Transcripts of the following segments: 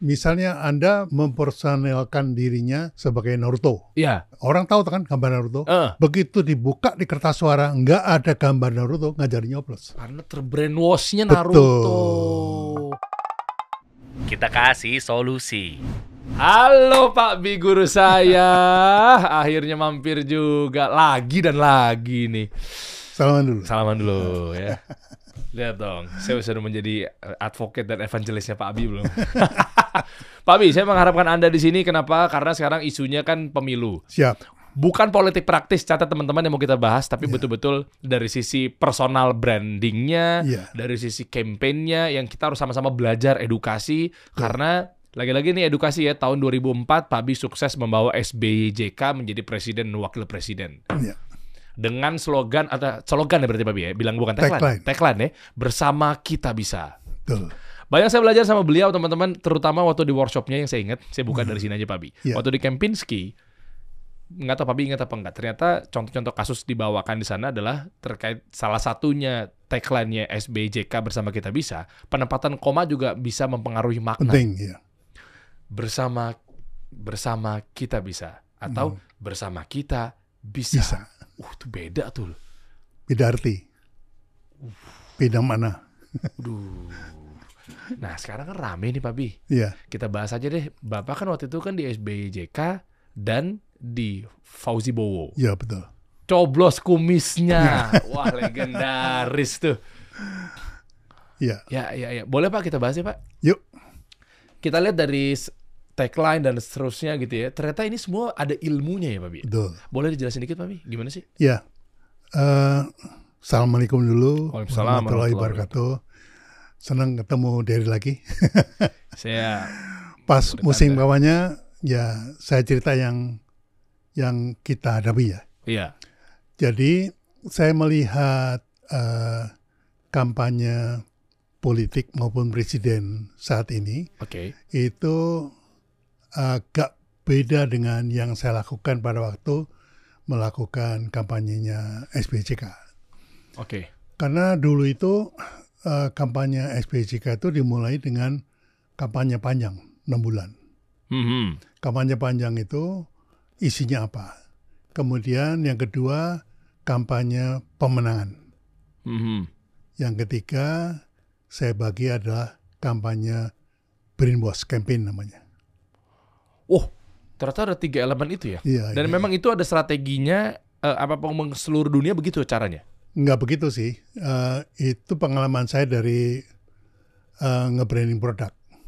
Misalnya Anda mempersonalkan dirinya sebagai Naruto. Iya. Orang tahu kan gambar Naruto. Begitu dibuka di kertas suara, nggak ada gambar Naruto, nggak jadi nyoblos. Karena terbrainwash-nya Naruto. Kita kasih solusi. Halo Pak Bi, guru saya. Akhirnya mampir juga. Lagi dan lagi nih. Salaman dulu ya. Lihat dong, saya sudah menjadi advocate dan evangelisnya Pak Abi belum? Pak Abi, saya mengharapkan Anda di sini. Kenapa? Karena sekarang isunya kan pemilu. Siap. Bukan politik praktis, catat teman-teman yang mau kita bahas, tapi betul-betul dari sisi personal brandingnya, dari sisi campaign-nya yang kita harus sama-sama belajar edukasi. Karena lagi-lagi nih edukasi ya, tahun 2004 Pak Abi sukses membawa SBY-JK menjadi presiden dan wakil presiden. Iya. Dengan slogan ya berarti Pak Bi ya, bilang bukan tagline ya, bersama kita bisa. Betul. Banyak saya belajar sama beliau teman-teman, terutama waktu di workshopnya yang saya ingat, saya buka dari sini aja Pak Bi. Waktu di Kempinski, nggak tahu Pak Bi ingat apa enggak, ternyata contoh-contoh kasus dibawakan di sana adalah terkait salah satunya tagline-nya SBJK bersama kita bisa, penempatan koma juga bisa mempengaruhi makna. Penting, ya. Bersama kita bisa atau bersama kita bisa. Itu beda tuh. Beda arti. Beda mana. Nah sekarang kan rame nih Pak Bi. Iya. Kita bahas aja deh. Bapak kan waktu itu kan di SBYJK dan di Fauzi Bowo. Iya betul. Coblos kumisnya. Wah legendaris tuh. Iya. Ya. Boleh Pak kita bahas ya Pak? Yuk. Kita lihat dari tagline dan seterusnya gitu ya. Ternyata ini semua ada ilmunya ya Pak Bi. Betul. Boleh dijelasin dikit Pak Bi? Gimana sih? Ya. Assalamualaikum dulu. Waalaikumsalam warahmatullahi wabarakatuh. Senang ketemu Dery lagi. Saya pas musim bawahnya ya saya cerita yang kita hadapi ya. Iya. Jadi saya melihat kampanye politik maupun presiden saat ini itu agak beda dengan yang saya lakukan pada waktu melakukan kampanyenya SBJK. Karena dulu itu kampanye SBJK itu dimulai dengan kampanye panjang 6 bulan. Kampanye panjang itu isinya apa? Kemudian yang kedua kampanye pemenangan. Yang ketiga saya bagi adalah kampanye brainwash campaign namanya. Ternyata ada 3 elemen itu ya? Iya, dan memang itu ada strateginya, seluruh dunia begitu caranya? Nggak begitu sih. Itu pengalaman saya dari nge-branding produk.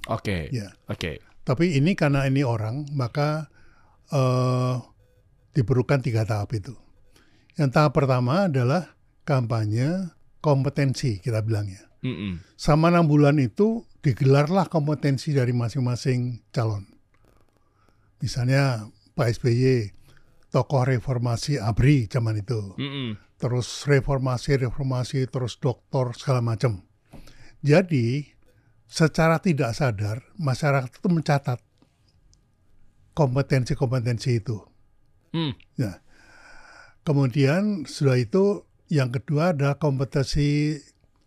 Tapi ini karena ini orang, maka diperlukan 3 tahap itu. Yang tahap pertama adalah kampanye kompetensi, kita bilangnya. Sama 6 bulan itu digelarlah kompetensi dari masing-masing calon. Misalnya Pak SBY, tokoh reformasi ABRI zaman itu. Terus reformasi, terus doktor, segala macam. Jadi secara tidak sadar masyarakat itu mencatat kompetensi-kompetensi itu. Nah, kemudian setelah itu yang kedua adalah kompetensi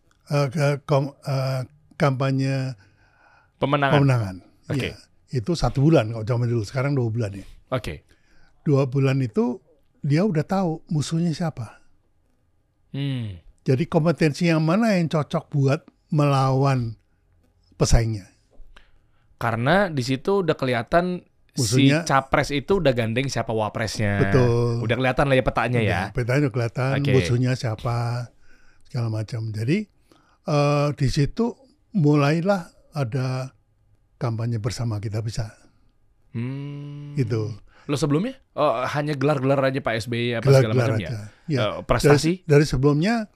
kampanye pemenangan. Ya, itu 1 bulan kalau zaman dulu, sekarang 2 bulan ya. 2 bulan itu dia udah tahu musuhnya siapa. Jadi kompetensi yang mana yang cocok buat melawan pesaingnya. Karena di situ udah kelihatan musuhnya, si capres itu udah gandeng siapa wapresnya. Betul. Udah kelihatan lah ya petanya ya. Petanya udah kelihatan, musuhnya siapa, segala macam. Jadi di situ mulailah ada kampanye bersama kita bisa. Gitu. Lo sebelumnya hanya gelar-gelar aja Pak SBY segala macam ya. Prestasi dari sebelumnya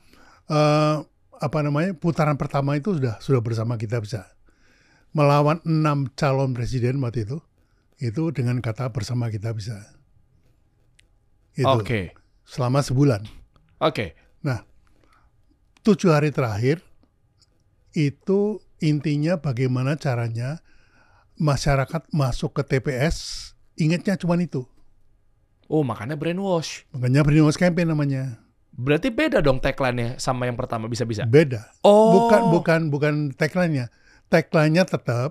putaran pertama itu sudah bersama kita bisa melawan 6 calon presiden waktu itu dengan kata bersama kita bisa. Itu. Selama sebulan. Nah, 7 hari terakhir itu intinya bagaimana caranya masyarakat masuk ke TPS, ingatnya cuma itu. Makanya brainwash. Makanya brainwash campaign namanya. Berarti beda dong tagline-nya sama yang pertama bisa-bisa? Beda. Bukan tagline-nya. Tagline-nya tetap,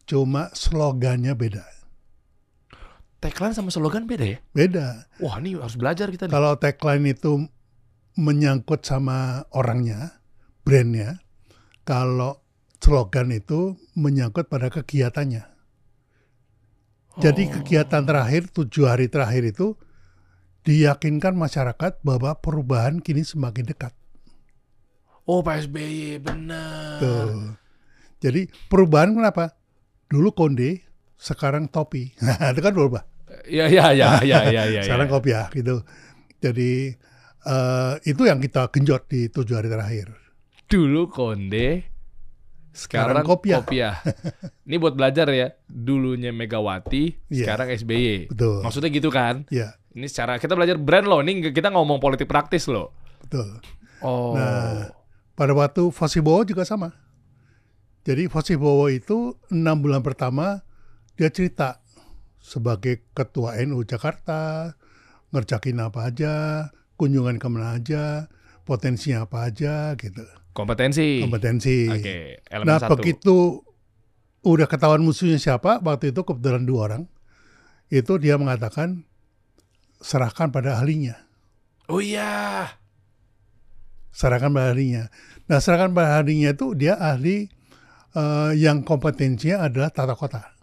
cuma slogannya beda. Tagline sama slogan beda ya? Beda. Wah, ini harus belajar kita nih. Kalau tagline itu menyangkut sama orangnya, brandnya. Kalau slogan itu menyangkut pada kegiatannya. Jadi kegiatan terakhir, 7 hari terakhir itu diyakinkan masyarakat bahwa perubahan kini semakin dekat. Oh, Pak SBY, benar. Tuh. Jadi perubahan kenapa? Dulu Konde, sekarang Topi. Nah, itu kan berubah. Ya. Sekarang Kopiah gitu. Jadi itu yang kita genjot di 7 hari terakhir. Dulu Konde, sekarang Kopiah. Ini buat belajar ya. Dulunya Megawati, sekarang SBY. Betul. Maksudnya gitu kan? Iya. Ini secara kita belajar brand loh. Ini kita ngomong politik praktis loh. Betul. Oh. Nah, pada waktu Fosibowo juga sama. Jadi Fosibowo itu 6 bulan pertama dia cerita sebagai ketua NU Jakarta, ngerjakin apa aja, kunjungan kemana aja, potensinya apa aja gitu. Kompetensi. Oke. Elemen Nah, 1. begitu udah ketahuan musuhnya siapa, waktu itu kebetulan 2 orang, itu dia mengatakan serahkan pada ahlinya. Oh iya. Serahkan pada ahlinya. Nah, serahkan pada ahlinya itu dia ahli yang kompetensinya adalah tata kota.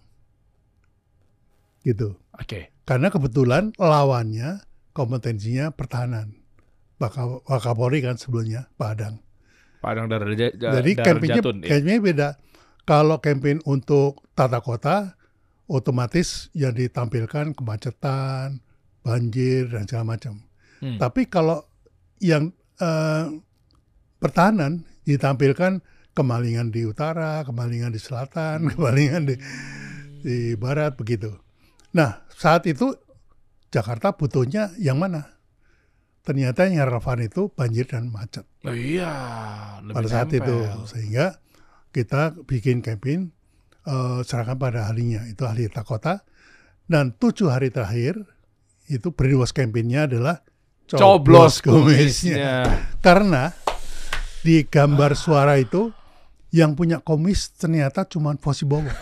Gitu. Oke. Karena kebetulan lawannya kompetensinya pertahanan. Wakapolri kan sebelumnya, Pak Adang. Padang Jadi campaign-nya beda. Kalau campaign untuk tata kota, otomatis yang ditampilkan kemacetan, banjir, dan segala macam. Tapi kalau yang pertahanan ditampilkan kemalingan di utara, kemalingan di selatan, kemalingan di barat, begitu. Nah, saat itu Jakarta butuhnya yang mana? Ternyata yang relevan itu banjir dan macet. Oh iya, pada saat itu, sehingga kita bikin campaign serahkan pada ahlinya, itu ahli tata kota. Dan 7 hari terakhir itu brainwash campaign-nya adalah coblos kumisnya. Karena di gambar suara itu yang punya kumis ternyata cuma Fosibowo.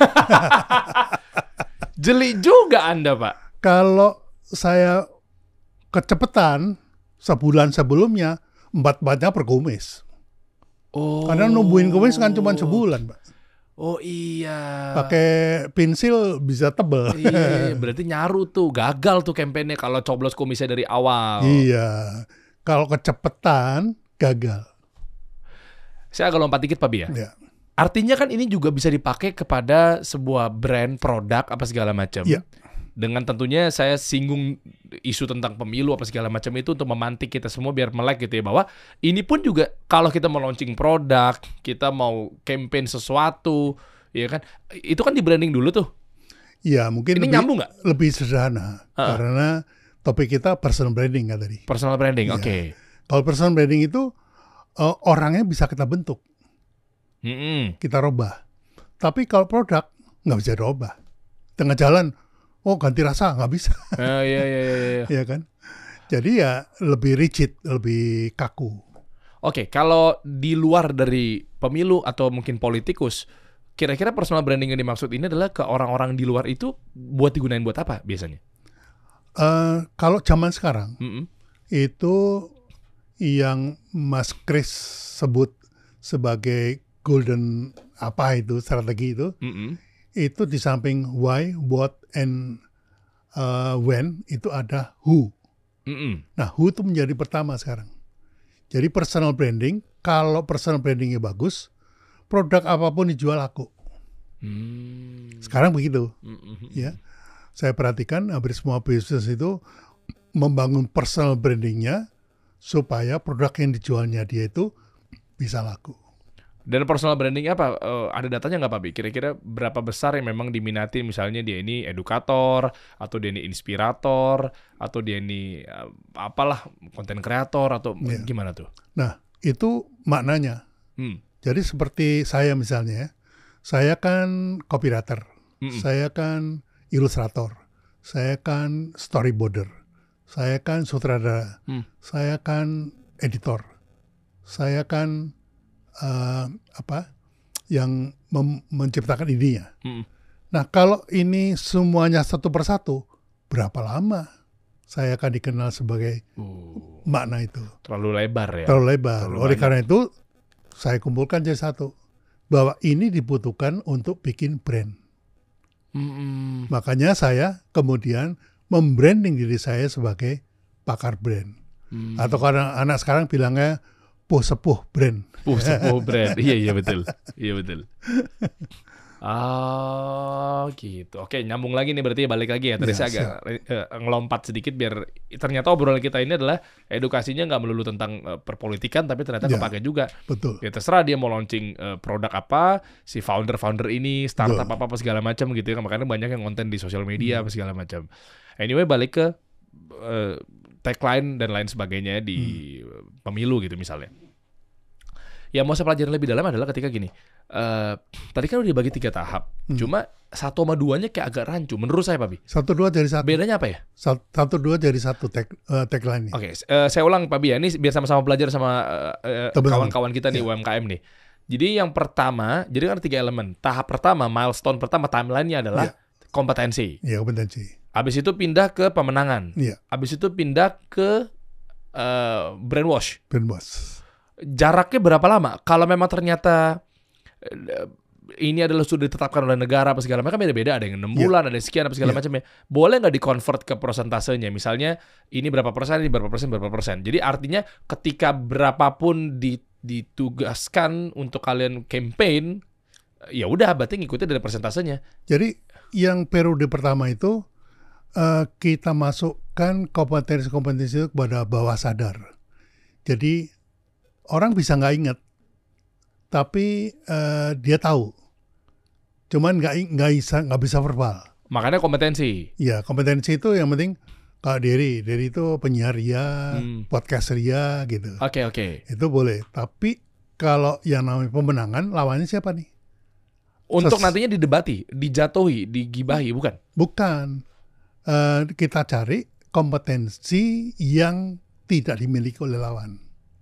Jeli juga Anda, Pak. Kalau saya kecepatan sebulan sebelumnya 4-4-nya berkumis. Oh. Karena numbuhin kumis kan cuma sebulan, Pak. Oh iya. Pakai pensil bisa tebel. Iya, berarti nyaru tuh, gagal tuh kampanye kalau coblos kumisnya dari awal. Iya. Kalau kecepatan gagal. Saya agak lompat dikit, Pak Bi ya. Ya. Artinya kan ini juga bisa dipakai kepada sebuah brand, produk apa segala macam. Iya. Dengan tentunya saya singgung isu tentang pemilu apa segala macam itu untuk memantik kita semua biar melek gitu ya, bahwa ini pun juga kalau kita mau launching produk, kita mau campaign sesuatu, ya kan, itu kan di branding dulu tuh. Iya, mungkin ini nyambung nggak? Lebih sederhana karena topik kita personal branding kan tadi. Personal branding, oke. Kalau personal branding itu orangnya bisa kita bentuk, kita robah. Tapi kalau produk nggak bisa dirubah. Tengah jalan ganti rasa nggak bisa. Iya. Ya kan. Jadi ya lebih rigid, lebih kaku. Oke, kalau di luar dari pemilu atau mungkin politikus, kira-kira personal branding yang dimaksud ini adalah ke orang-orang di luar itu buat digunain buat apa biasanya? Kalau zaman sekarang itu yang Mas Chris sebut sebagai golden apa itu strategi itu di samping why, what, and when itu ada who. Nah, who itu menjadi pertama sekarang. Jadi personal branding, kalau personal brandingnya bagus, produk apapun dijual laku. Sekarang begitu. Ya, saya perhatikan hampir semua bisnis itu membangun personal brandingnya supaya produk yang dijualnya dia itu bisa laku. Dan personal branding apa? Ada datanya nggak Pak Bi? Kira-kira berapa besar yang memang diminati? Misalnya dia ini edukator, atau dia ini inspirator, atau dia ini apalah konten kreator, atau gimana tuh? Nah, itu maknanya. Jadi seperti saya misalnya, saya kan copywriter, saya kan ilustrator, saya kan storyboarder, saya kan sutradara, saya kan editor, saya kan yang menciptakan idenya. Nah, kalau ini semuanya satu persatu, berapa lama saya akan dikenal sebagai makna itu? Terlalu lebar ya. Terlalu lebar. Terlalu Oleh banyak. karena itu, saya kumpulkan jadi satu. Bahwa ini dibutuhkan untuk bikin brand. Makanya saya kemudian membranding diri saya sebagai pakar brand. Atau karena anak sekarang bilangnya sepuh brand. Sepuh brand. Iya betul. Iya betul. Oh gitu. Oke, nyambung lagi nih berarti balik lagi ya. Tadi saya agak ngelompat sedikit biar ternyata obrolan kita ini adalah edukasinya nggak melulu tentang perpolitikan, tapi ternyata kepake juga. Betul. Ya terserah dia mau launching produk apa, si founder ini startup apa segala macam gitu ya. Makanya banyak yang konten di sosial media apa segala macam. Anyway, balik ke tagline dan lain sebagainya di pemilu gitu misalnya. Yang mau saya pelajari lebih dalam adalah ketika gini. Tadi kan udah dibagi 3 tahap. Cuma 1 sama 2-nya kayak agak rancu menurut saya, Pabi. 1-2 dari 1. Bedanya apa ya? 1-2 dari 1 tagline. Oke, saya ulang Pabi ya. Ini biar sama-sama belajar sama kawan-kawan kita nih UMKM nih. Jadi yang pertama, jadi kan 3 elemen. Tahap pertama, milestone pertama, timeline-nya adalah kompetensi. Iya, kompetensi. Habis itu pindah ke pemenangan. Iya. Habis itu pindah ke brainwash. Jaraknya berapa lama? Kalau memang ternyata ini adalah sudah ditetapkan oleh negara apa segala macam, beda-beda, ada yang 6 bulan, ada yang sekian apa segala macamnya. Boleh nggak di-convert ke persentasenya? Misalnya ini berapa persen, ini berapa persen. Jadi artinya ketika berapapun ditugaskan untuk kalian campaign, ya udah berarti ngikutin dari persentasenya. Jadi yang periode pertama itu kita masukkan kompetensi-kompetensi itu kepada bawah sadar. Jadi orang bisa nggak ingat, tapi dia tahu. Cuman nggak bisa verbal. Makanya kompetensi. Ya, kompetensi itu yang penting. Kalau Derry itu penyiar ria, podcaster ria gitu. Oke. Itu boleh. Tapi kalau yang namanya pemenangan, lawannya siapa nih? Untuk nantinya didebati, dijatuhi, digibahi, bukan? Bukan. Kita cari kompetensi yang tidak dimiliki oleh lawan.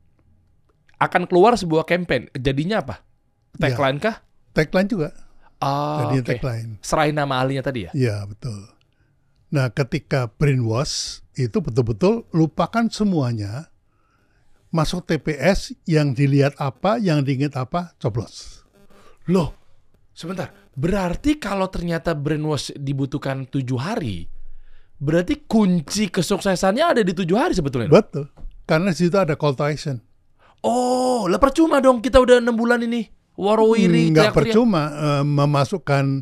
Akan keluar sebuah campaign. Jadinya apa? Tagline kah? Tagline juga. Jadi okay. tagline. Serahin nama ahlinya tadi ya? Iya, betul. Nah, ketika brainwash itu betul-betul lupakan semuanya. Masuk TPS, yang dilihat apa, yang diingat apa, coblos. Loh, sebentar. Berarti kalau ternyata brainwash dibutuhkan 7 hari, berarti kunci kesuksesannya ada di 7 hari sebetulnya? Betul. Karena di situ ada call to action. Oh, lah percuma dong kita udah 6 bulan ini. Warowiri, nggak percuma memasukkan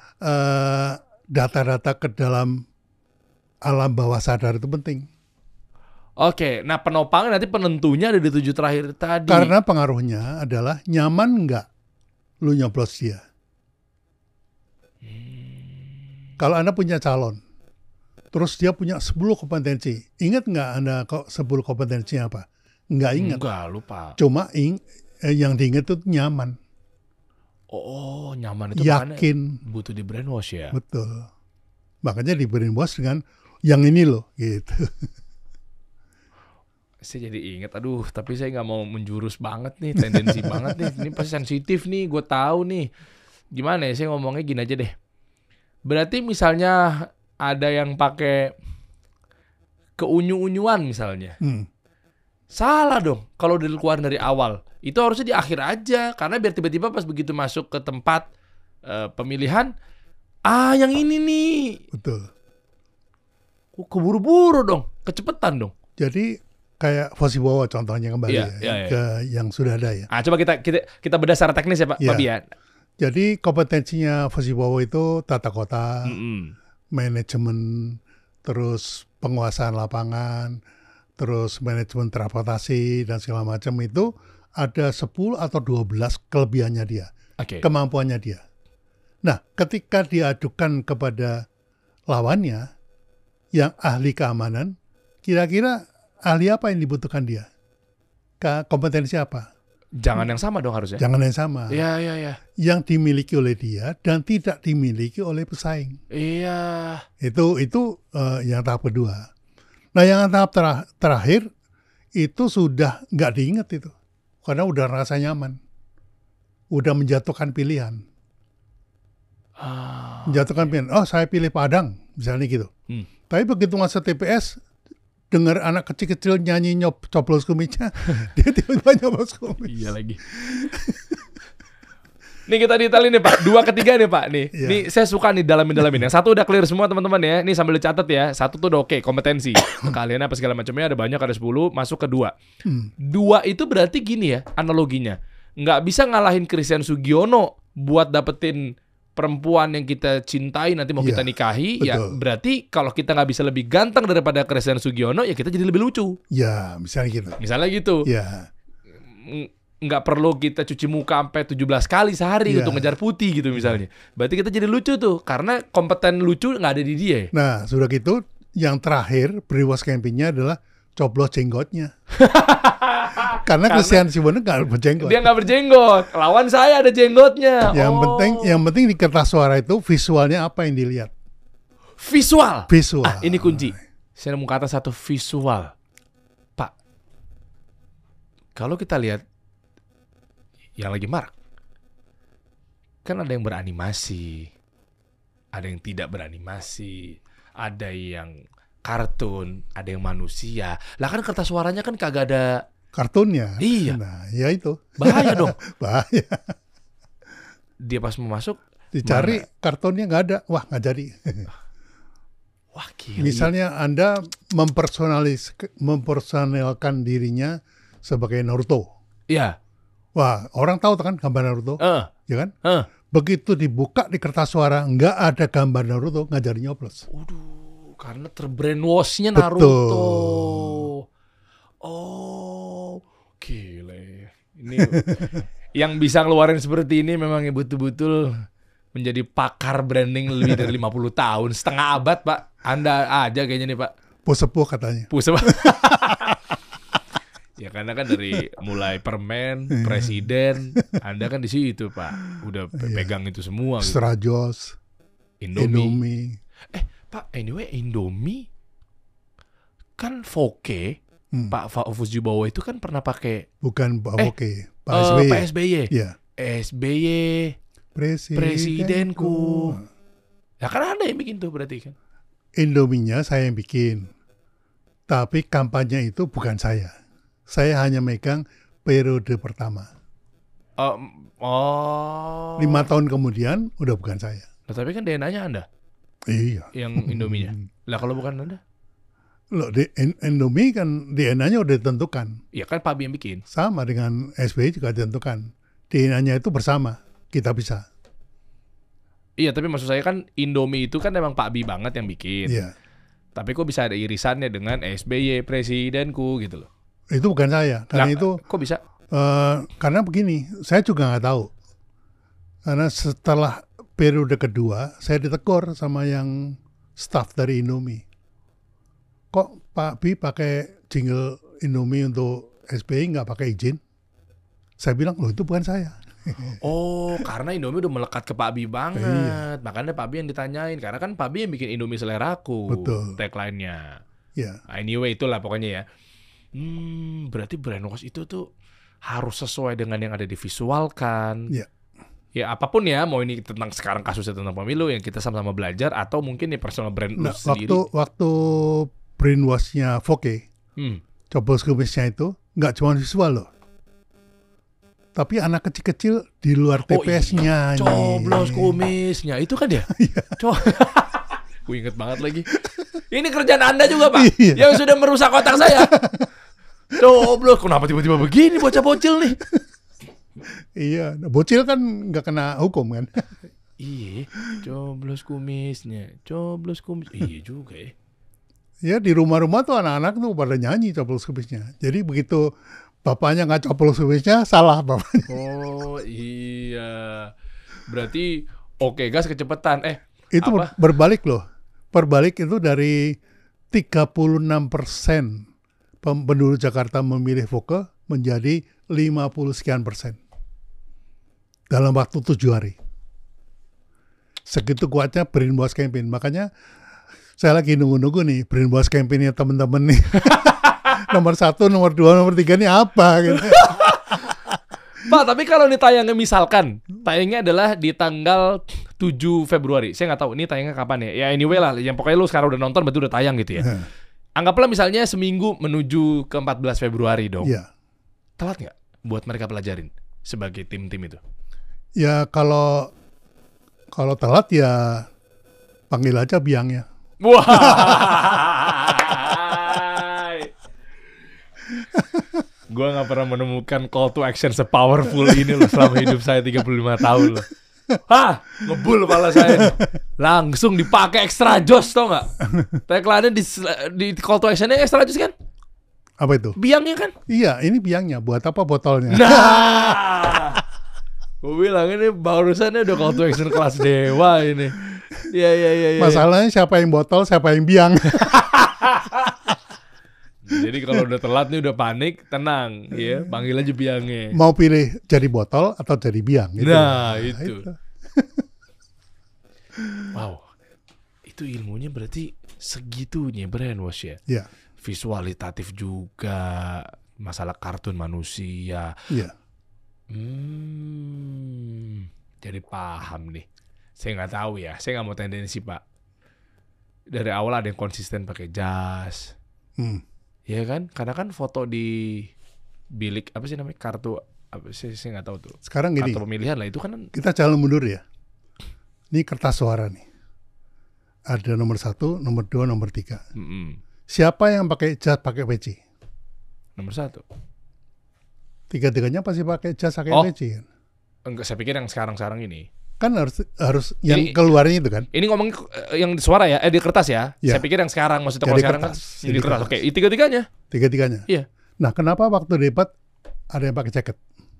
data-data ke dalam alam bawah sadar itu penting. Oke, nah penopangnya nanti penentunya ada di 7 terakhir tadi. Karena pengaruhnya adalah nyaman nggak lu nyoblos dia. Kalau Anda punya calon, terus dia punya 10 kompetensi, ingat nggak Anda kok 10 kompetensinya apa? Nggak ingat. Nggak, lupa. Cuma yang diingat itu nyaman. Oh, nyaman itu yakin. Butuh di brainwash ya? Betul. Makanya di brainwash dengan yang ini loh, gitu. Saya jadi ingat, aduh, tapi saya nggak mau menjurus banget nih, tendensi banget nih. Ini pasti sensitif nih, gue tahu nih. Gimana ya, saya ngomongnya gini aja deh. Berarti misalnya ada yang pakai keunyu-unyuan misalnya. Salah dong kalau dikeluarin dari awal. Itu harusnya di akhir aja. Karena biar tiba-tiba pas begitu masuk ke tempat pemilihan, yang ini nih. Betul. Keburu-buru dong, kecepetan dong. Jadi kayak Fosibowo contohnya kembali ke yang sudah ada ya. Coba kita bedah secara teknis ya Pak Pabi ya. Jadi kompetensinya Fosibowo itu tata kota, manajemen, terus penguasaan lapangan, terus manajemen transportasi dan segala macam itu ada 10 atau 12 kelebihannya dia, kemampuannya dia. Nah, ketika diadukan kepada lawannya yang ahli keamanan, kira-kira ahli apa yang dibutuhkan dia? Kompetensi apa? Jangan yang sama dong harusnya. Jangan yang sama. Iya. Yang dimiliki oleh dia dan tidak dimiliki oleh pesaing. Iya. Itu yang tahap kedua. Nah, yang tahap terakhir itu sudah nggak diingat itu. Karena udah rasa nyaman. Udah menjatuhkan pilihan. Menjatuhkan pilihan. Oh, saya pilih Padang, misalnya gitu. Tapi begitu masuk TPS, dengar anak kecil-kecil nyanyi coblos kumisnya, dia tiba-tiba nyoblos kumis. Iya lagi. Nih kita detailin nih Pak, 2 ketiga nih Pak nih. Iya. Nih saya suka nih dalamin. Yang satu udah clear semua teman-teman ya. Nih sambil dicatat ya. Satu tuh udah oke, kompetensi. Kalian apa segala macamnya ada banyak, ada 10, masuk ke 2. 2 itu berarti gini ya analoginya. Nggak bisa ngalahin Christian Sugiono buat dapetin perempuan yang kita cintai nanti mau kita nikahi. Betul. Ya berarti kalau kita nggak bisa lebih ganteng daripada Christian Sugiono ya kita jadi lebih lucu. Ya, misalnya gitu. Misalnya gitu. Ya. Nggak perlu kita cuci muka sampai 17 kali sehari untuk ngejar putih gitu misalnya. Berarti kita jadi lucu tuh karena kompeten lucu nggak ada di dia. Nah, sudah gitu yang terakhir brainwash campaign-nya adalah coblos jenggotnya. Karena Christian Sugiono nggak berjenggot. Dia nggak berjenggot. Lawan saya ada jenggotnya. Yang penting di kertas suara itu visualnya apa yang dilihat. Visual. Visual. Ini kunci. Saya nemu kata satu, visual. Pak, kalau kita lihat yang lagi marak, kan ada yang beranimasi, ada yang tidak beranimasi, ada yang kartun, ada yang manusia. Lah kan kertas suaranya kan kagak ada kartunnya. Iya. Nah, ya itu. Bahaya dong. Bahaya. Dia pas mau masuk dicari mana? Kartunnya nggak ada. Wah, nggak jadi. Wah, gila. Misalnya Anda mempersonalkan dirinya sebagai Naruto. Iya. Wah, orang tahu kan gambar Naruto, ya kan? Begitu dibuka di kertas suara, nggak ada gambar Naruto, nggak jadi nyoblos. Waduh, karena terbrainwash-nya Naruto. Betul. Oh, gile. Ini yang bisa ngeluarin seperti ini memang betul-betul menjadi pakar branding lebih dari 50 tahun, setengah abad, Pak. Anda aja kayaknya nih, Pak. Pusepuh katanya. Pusepuh. Ya karena kan dari mulai permen, presiden, Anda kan di situ Pak, udah pegang itu semua. Strajos, Indomie. Pak, anyway Indomie kan Foke, Pak Fujimowo itu kan pernah pakai. Bukan Pak Foke, Pak SBY. Pak SBY. Iya. SBY, presidenku. Ya kan ada yang bikin tuh berarti kan. Indominya saya yang bikin, tapi kampanye itu bukan saya. Saya hanya megang periode pertama. 5 tahun kemudian udah bukan saya. Nah, tapi kan DNA-nya Anda. Iya. Yang Indominya. Lah kalau bukan Anda? Loh, di Indomie kan DNA-nya udah ditentukan. Iya kan Pak Bi yang bikin. Sama dengan SBY juga ditentukan. DNA-nya itu bersama. Kita bisa. Iya, tapi maksud saya kan Indomie itu kan emang Pak Bi banget yang bikin. Iya. Tapi kok bisa ada irisannya dengan SBY presidenku gitu loh. Itu bukan saya, karena nah, itu kok bisa? Karena begini, saya juga nggak tahu. Karena setelah periode kedua, saya ditegur sama yang staff dari Indomie. Kok Pak Bi pakai jingle Indomie untuk SBY nggak pakai izin? Saya bilang, loh itu bukan saya. Oh, karena Indomie udah melekat ke Pak Bi banget. Iya. Makanya Pak Bi yang ditanyain, karena kan Pak Bi yang bikin Indomie seleraku. Betul. Tagline-nya. Ya. Anyway, itulah pokoknya ya. Berarti brainwash itu tuh harus sesuai dengan yang ada divisualkan. Ya. Ya apapun ya, mau ini tentang sekarang kasusnya tentang pemilu yang kita sama-sama belajar atau mungkin nih personal brand lu sendiri. Waktu brainwash-nya Foke, coblos kumisnya itu nggak cuma visual loh. Tapi anak kecil-kecil di luar TPS-nya. Coblos kumisnya itu kan ya? Gue inget banget lagi. Ini kerjaan Anda juga Pak, yang sudah merusak otak saya. Coblos, kenapa tiba-tiba begini bocah-bocil nih? Iya, bocil kan nggak kena hukum kan? Iya, coblos kumisnya, coblos kumis. Iya juga ya. Ya di rumah-rumah tuh anak-anak tuh pada nyanyi coblos kumisnya. Jadi begitu bapaknya nggak coblos kumisnya, salah bapaknya. Oh iya, berarti oke gas kecepatan. Itu apa? Berbalik loh. Berbalik itu dari 36% penduduk Jakarta memilih Foke menjadi 50 sekian persen dalam waktu 7 hari. Segitu kuatnya brainwash campaign. Makanya saya lagi nunggu-nunggu nih brainwash campaign-nya teman-teman nih. Nomor 1, nomor 2, nomor 3 ini apa gitu. Pak, tapi kalau ini tayangnya misalkan tayangnya adalah di tanggal 7 Februari. Saya nggak tahu ini tayangnya kapan ya. Ya anyway lah, yang pokoknya lu sekarang udah nonton berarti udah tayang gitu ya. Anggaplah misalnya seminggu menuju ke 14 Februari dong. Iya. Telat nggak buat mereka pelajarin sebagai tim-tim itu? Ya kalau telat ya panggil aja biangnya. Wah. Gue gak pernah menemukan call to action se-powerful ini loh selama hidup saya 35 tahun loh. Hah, ngebul kepala saya. Langsung dipakai extra joss, tau gak? Tagline-nya di call to action-nya extra joss kan? Apa itu? Biangnya kan? Iya, ini biangnya. Buat apa botolnya? Nah, gue bilang ini barusannya udah call to action kelas dewa ini. Iya. Masalahnya siapa yang botol, siapa yang biang. Jadi kalau udah telat nih udah panik, tenang ya, panggil aja biangnya. Mau pilih jadi botol atau jadi biang gitu. Nah, itu. Wow. Itu ilmunya berarti segitunya brainwash ya. Iya. Visualitatif juga, masalah kartun manusia. Iya. Jadi paham nih. Saya nggak tahu ya, saya nggak mau tendensi Pak. Dari awal ada yang konsisten pakai jas. Ya kan, karena kan foto di bilik apa sih namanya kartu apa sih saya nggak tahu tuh. Sekarang gini, kartu pemilihan lah itu kan. Kita jalan mundur ya. Ini kertas suara nih. Ada nomor 1, nomor 2, nomor 3. Siapa yang pakai jas pakai peci? Nomor 1. Tiga-tiganya pasti pakai jas pakai peci kan? Enggak, saya pikir yang sekarang ini. Kan harus yang keluarnya itu kan. Ini ngomong yang di suara ya, di kertas ya. Ya. Saya pikir yang sekarang maksudnya kalau sekarang kan di kertas. Oke, tiga-tiganya. Tiga-tiganya. Iya. Nah, kenapa waktu debat ada yang pakai jaket?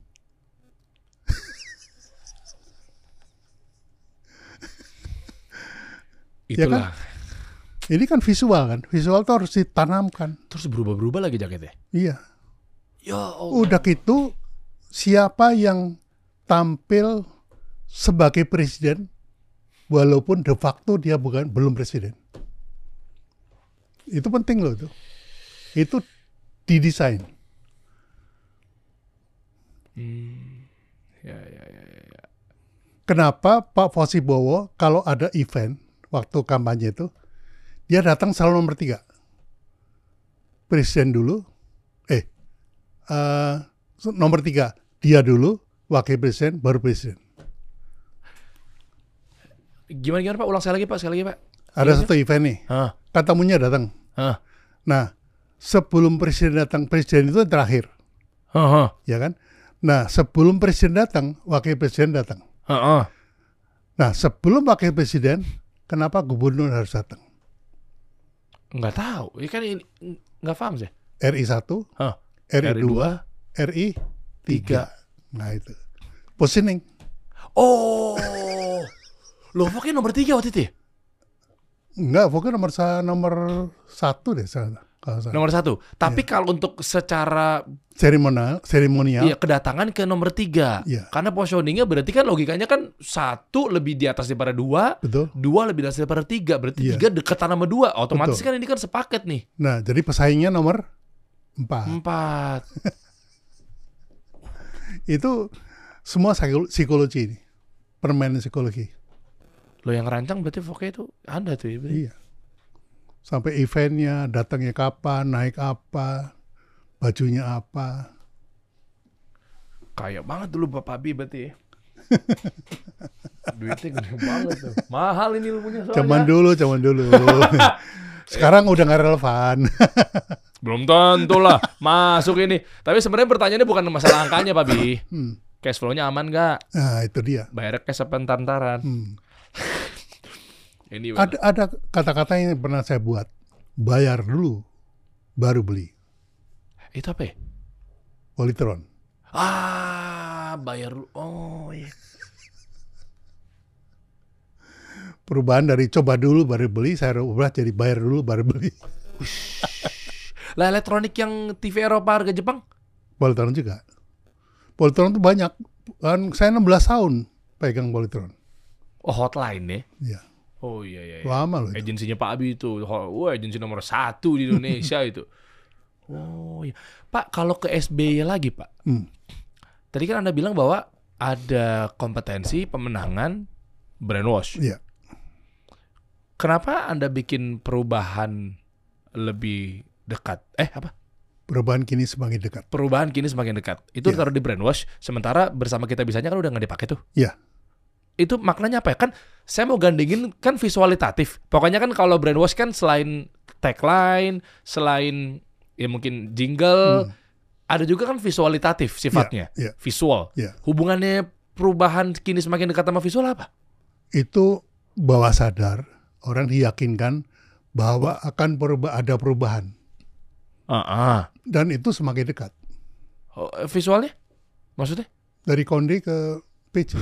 Itulah. Ya kan? Ini kan visual kan. Visual tuh harus ditanamkan. Terus berubah-berubah lagi jaketnya. Iya. Ya Allah. Udah gitu siapa yang tampil sebagai presiden walaupun de facto dia belum presiden. Itu penting loh itu. Itu didesain. Ya. Kenapa Pak Fosibowo kalau ada event waktu kampanye itu dia datang selalu nomor 3. Presiden dulu, nomor 3 dia dulu, wakil presiden, baru presiden. Gimana Pak? Ulang sekali lagi Pak. Ada satu event nih, kan tamunya datang. Nah, sebelum presiden datang, presiden itu terakhir, ya kan? Nah, sebelum presiden datang, wakil presiden datang. Nah, sebelum wakil presiden, kenapa gubernur harus datang? Nggak tahu, ini kan nggak paham sih. RI 1, RI 2, RI 3. Nah itu positioning. Oh, loh pokoknya nomor 3 waktu itu ya? Enggak, pokoknya nomor 1 deh kalau salah. Nomor 1. Tapi kalau untuk secara seremonial, iya, kedatangan ke nomor 3. Iya. Karena positioningnya berarti kan logikanya kan 1 lebih di atas daripada 2, betul. 2 lebih di atas daripada 3, berarti 3 deketan sama 2. Otomatis betul. Kan ini kan sepaket nih. Nah, jadi pesaingnya nomor 4. Itu semua psikologi ini. Permainan psikologi. Lo yang rancang berarti pokoknya itu Anda tuh ya? Iya. Sampai eventnya, datangnya kapan, naik apa, bajunya apa. Kayak banget dulu Bapak Abi berarti ya. Duitnya gede banget tuh. Mahal ini ilmunya soalnya. Zaman dulu. Sekarang udah gak relevan. Belum tentu lah masuk ini. Tapi sebenarnya pertanyaannya bukan masalah angkanya Pak Bi. Cash flow-nya aman gak? Nah itu dia. Bayar cash apa entar-entaran. Ini ada kata-kata yang pernah saya buat. Bayar dulu, baru beli. Itu apa ya? Polytron. Bayar dulu. Oh iya. Perubahan dari coba dulu baru beli, saya ubah jadi bayar dulu baru beli. Lah elektronik yang TV Eropa harga Jepang? Polytron juga. Polytron itu banyak. Kan saya 16 tahun pegang Polytron. Oh hotline ya? Iya. Oh iya. Lama loh itu. Agensinya Pak Abi itu. Wah agensi nomor 1 di Indonesia itu. Oh iya. Pak kalau ke SBY lagi Pak. tadi kan Anda bilang bahwa ada kompetensi pemenangan brainwash. Iya. Kenapa Anda bikin perubahan lebih dekat? Perubahan kini semakin dekat. Perubahan kini semakin dekat. Itu taruh di brainwash, sementara bersama kita bisanya kan udah nggak dipakai tuh. Iya. Itu maknanya apa ya? Kan saya mau gandengin kan visualitatif. Pokoknya kan kalau brainwash kan selain tagline, selain ya mungkin jingle, ada juga kan visualitatif sifatnya. Visual. Hubungannya perubahan kini semakin dekat sama visual apa? Itu bawah sadar orang diyakinkan bahwa akan ada perubahan. Dan itu semakin dekat. Visualnya? Maksudnya? Dari Konde ke PC.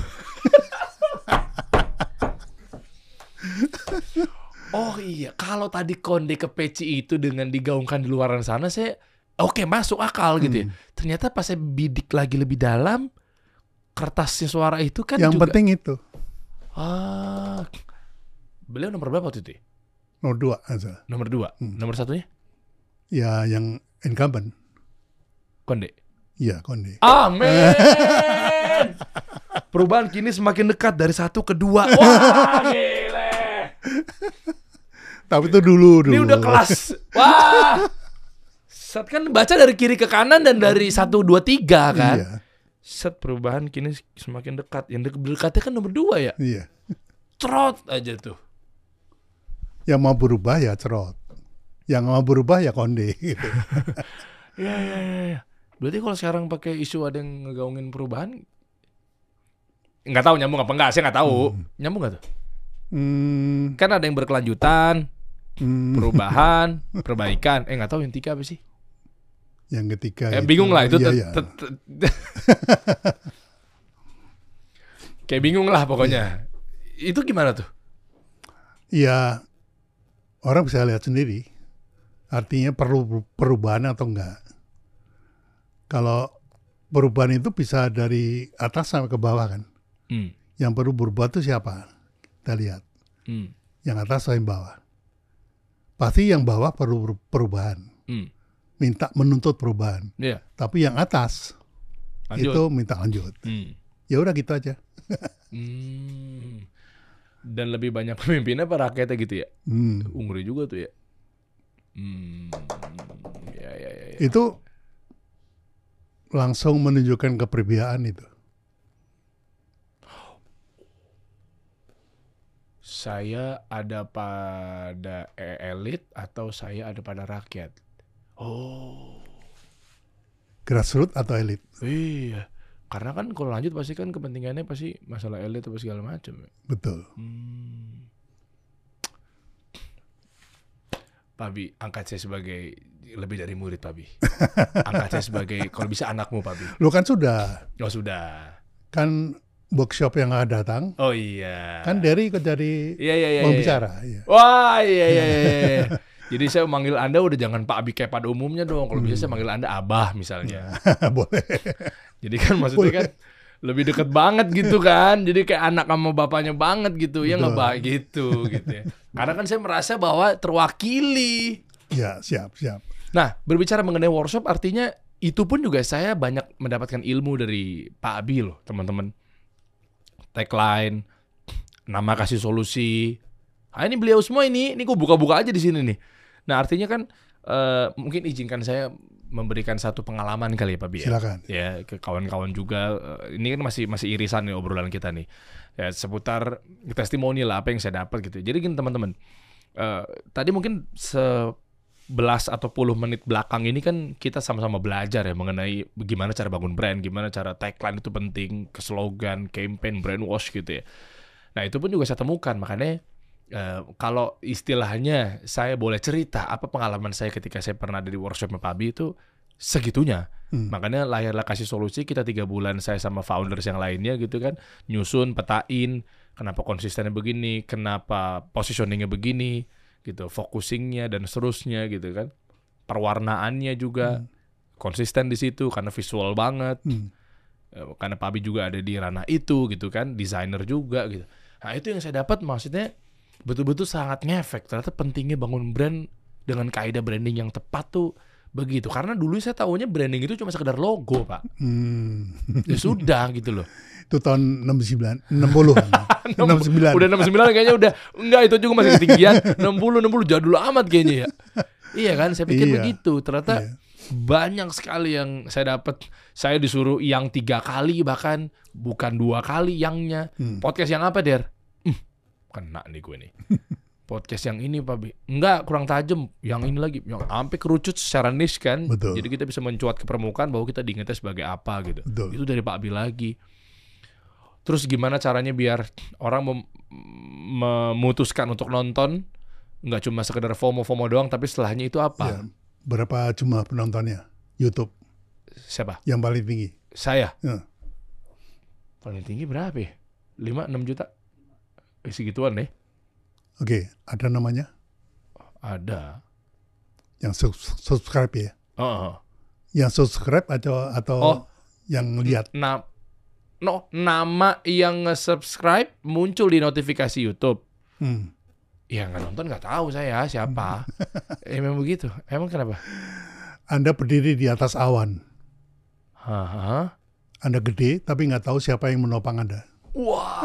Oh iya, kalau tadi Konde ke PC itu dengan digaungkan di luaran sana, saya oke, masuk akal gitu ya. Ternyata pas saya bidik lagi lebih dalam, kertasnya suara itu kan yang juga... penting itu. Beliau nomor berapa waktu itu? Nomor 2 aja. Nomor 2. Nomor satunya? Ya, yang incumbent. Konde. Iya, Konde. Amin. Perubahan kini semakin dekat dari 1 ke 2. Wah, gile. Tapi itu dulu. Ini udah kelas. Wah. Set kan baca dari kiri ke kanan dan dari 1, 2, 3 kan. Iya. Set perubahan kini semakin dekat. Yang dekatnya kan nomor 2 ya. Iya. Cerot aja tuh. Yang mau berubah ya cerot. Yang mau berubah ya Konde gitu. Ya. Berarti kalau sekarang pakai isu ada yang ngegaungin perubahan, nggak tahu nyambung apa enggak, saya nggak tahu. Nyambung nggak tuh? Kan ada yang berkelanjutan, perubahan, perbaikan. Nggak tahu yang 3 apa sih? Yang ketiga bingung lah itu. Iya. Kayak bingung lah pokoknya. Itu gimana tuh? Ya, orang bisa lihat sendiri. Artinya perlu perubahan atau enggak. Kalau perubahan itu bisa dari atas sampai ke bawah kan. Yang perlu berubah itu siapa? Kita lihat. Yang atas atau yang bawah. Pasti yang bawah perlu perubahan. Minta menuntut perubahan. Tapi yang atas itu minta lanjut. Ya udah gitu aja. Dan lebih banyak pemimpinnya para rakyatnya gitu ya. Ngeri juga tuh ya. Ya. Itu langsung menunjukkan kepribadian itu. Saya ada pada elit atau saya ada pada rakyat? Grassroots atau elit? Iya. Karena kan kalau lanjut pasti kan kepentingannya pasti masalah elit atau segala macam. Betul. Pak Bi, angkat saya sebagai lebih dari murid, Pak Bi. Angkat saya sebagai kalau bisa anakmu, Pak Bi. Lu kan sudah. Oh sudah. Kan workshop yang datang. Oh iya. Kan Derry ikut jadi pembicara. Iya. Wah iya. Jadi saya manggil Anda udah jangan Pak Abi kayak pada umumnya dong. Kalau bisa saya manggil Anda Abah misalnya. Boleh. Jadi kan maksudnya kan lebih deket banget gitu kan. Jadi kayak anak sama bapaknya banget gitu. Ya nggak gitu ya. Karena kan saya merasa bahwa terwakili. Ya, siap. Nah, berbicara mengenai workshop artinya itu pun juga saya banyak mendapatkan ilmu dari Pak Abi loh, teman-teman. Tagline, nama kasih solusi. Ini beliau semua ini gue buka-buka aja di sini nih. Nah, artinya kan mungkin izinkan saya memberikan satu pengalaman kali ya Pak Bi. Silakan. Ya, ke kawan-kawan juga. Ini kan masih irisan nih obrolan kita nih. Ya, seputar testimoni lah apa yang saya dapat gitu. Jadi gini teman-teman. Tadi mungkin 11 atau 10 menit belakang ini kan kita sama-sama belajar ya mengenai gimana cara bangun brand, gimana cara tagline itu penting, ke slogan, campaign, brand wash gitu ya. Nah, itu pun juga saya temukan. Makanya kalau istilahnya saya boleh cerita apa pengalaman saya ketika saya pernah ada di workshop Pak Abi itu segitunya. Makanya lahirlah kasih solusi. Kita 3 bulan saya sama founders yang lainnya gitu kan nyusun, petain kenapa konsistennya begini, kenapa positioningnya begini gitu, focusingnya dan seterusnya gitu kan, perwarnaannya juga konsisten di situ karena visual banget. Karena Pak Abi juga ada di ranah itu gitu kan, desainer juga gitu. Nah itu yang saya dapat, maksudnya betul-betul sangat ngefek. Ternyata pentingnya bangun brand dengan kaidah branding yang tepat tuh Begitu, karena dulu saya tahunya branding itu cuma sekedar logo, Pak. Ya sudah gitu loh. Itu tahun 69, 60. 69. Udah 69 kayaknya udah. Enggak, itu juga masih ketinggian. 60 jadul amat kayaknya ya. Iya kan, saya pikir begitu. Ternyata banyak sekali yang saya dapat. Saya disuruh yang 3 kali bahkan, bukan 2 kali yangnya. Podcast yang apa, Der? Kena nih gue nih. Podcast yang ini, Pak. Enggak, kurang tajam. Yang ini lagi, yang sampai kerucut secara niche kan. Betul. Jadi kita bisa mencuat ke permukaan bahwa kita diingatnya sebagai apa gitu. Betul. Itu dari Pak Abi lagi. Terus gimana caranya biar orang memutuskan untuk nonton, nggak cuma sekedar FOMO doang, tapi setelahnya itu apa? Ya, berapa jumlah penontonnya YouTube? Siapa? Yang paling tinggi? Saya. Ya. Paling tinggi berapa ya? 5-6 juta? Segituan deh. Oke, ada namanya? Ada. Yang subscribe ya? Yang subscribe atau yang lihat? Nama yang nge-subscribe muncul di notifikasi YouTube. Ya nggak nonton nggak tahu saya siapa. Emang begitu. Emang kenapa? Anda berdiri di atas awan. Hah? Anda gede tapi nggak tahu siapa yang menopang Anda. Wah.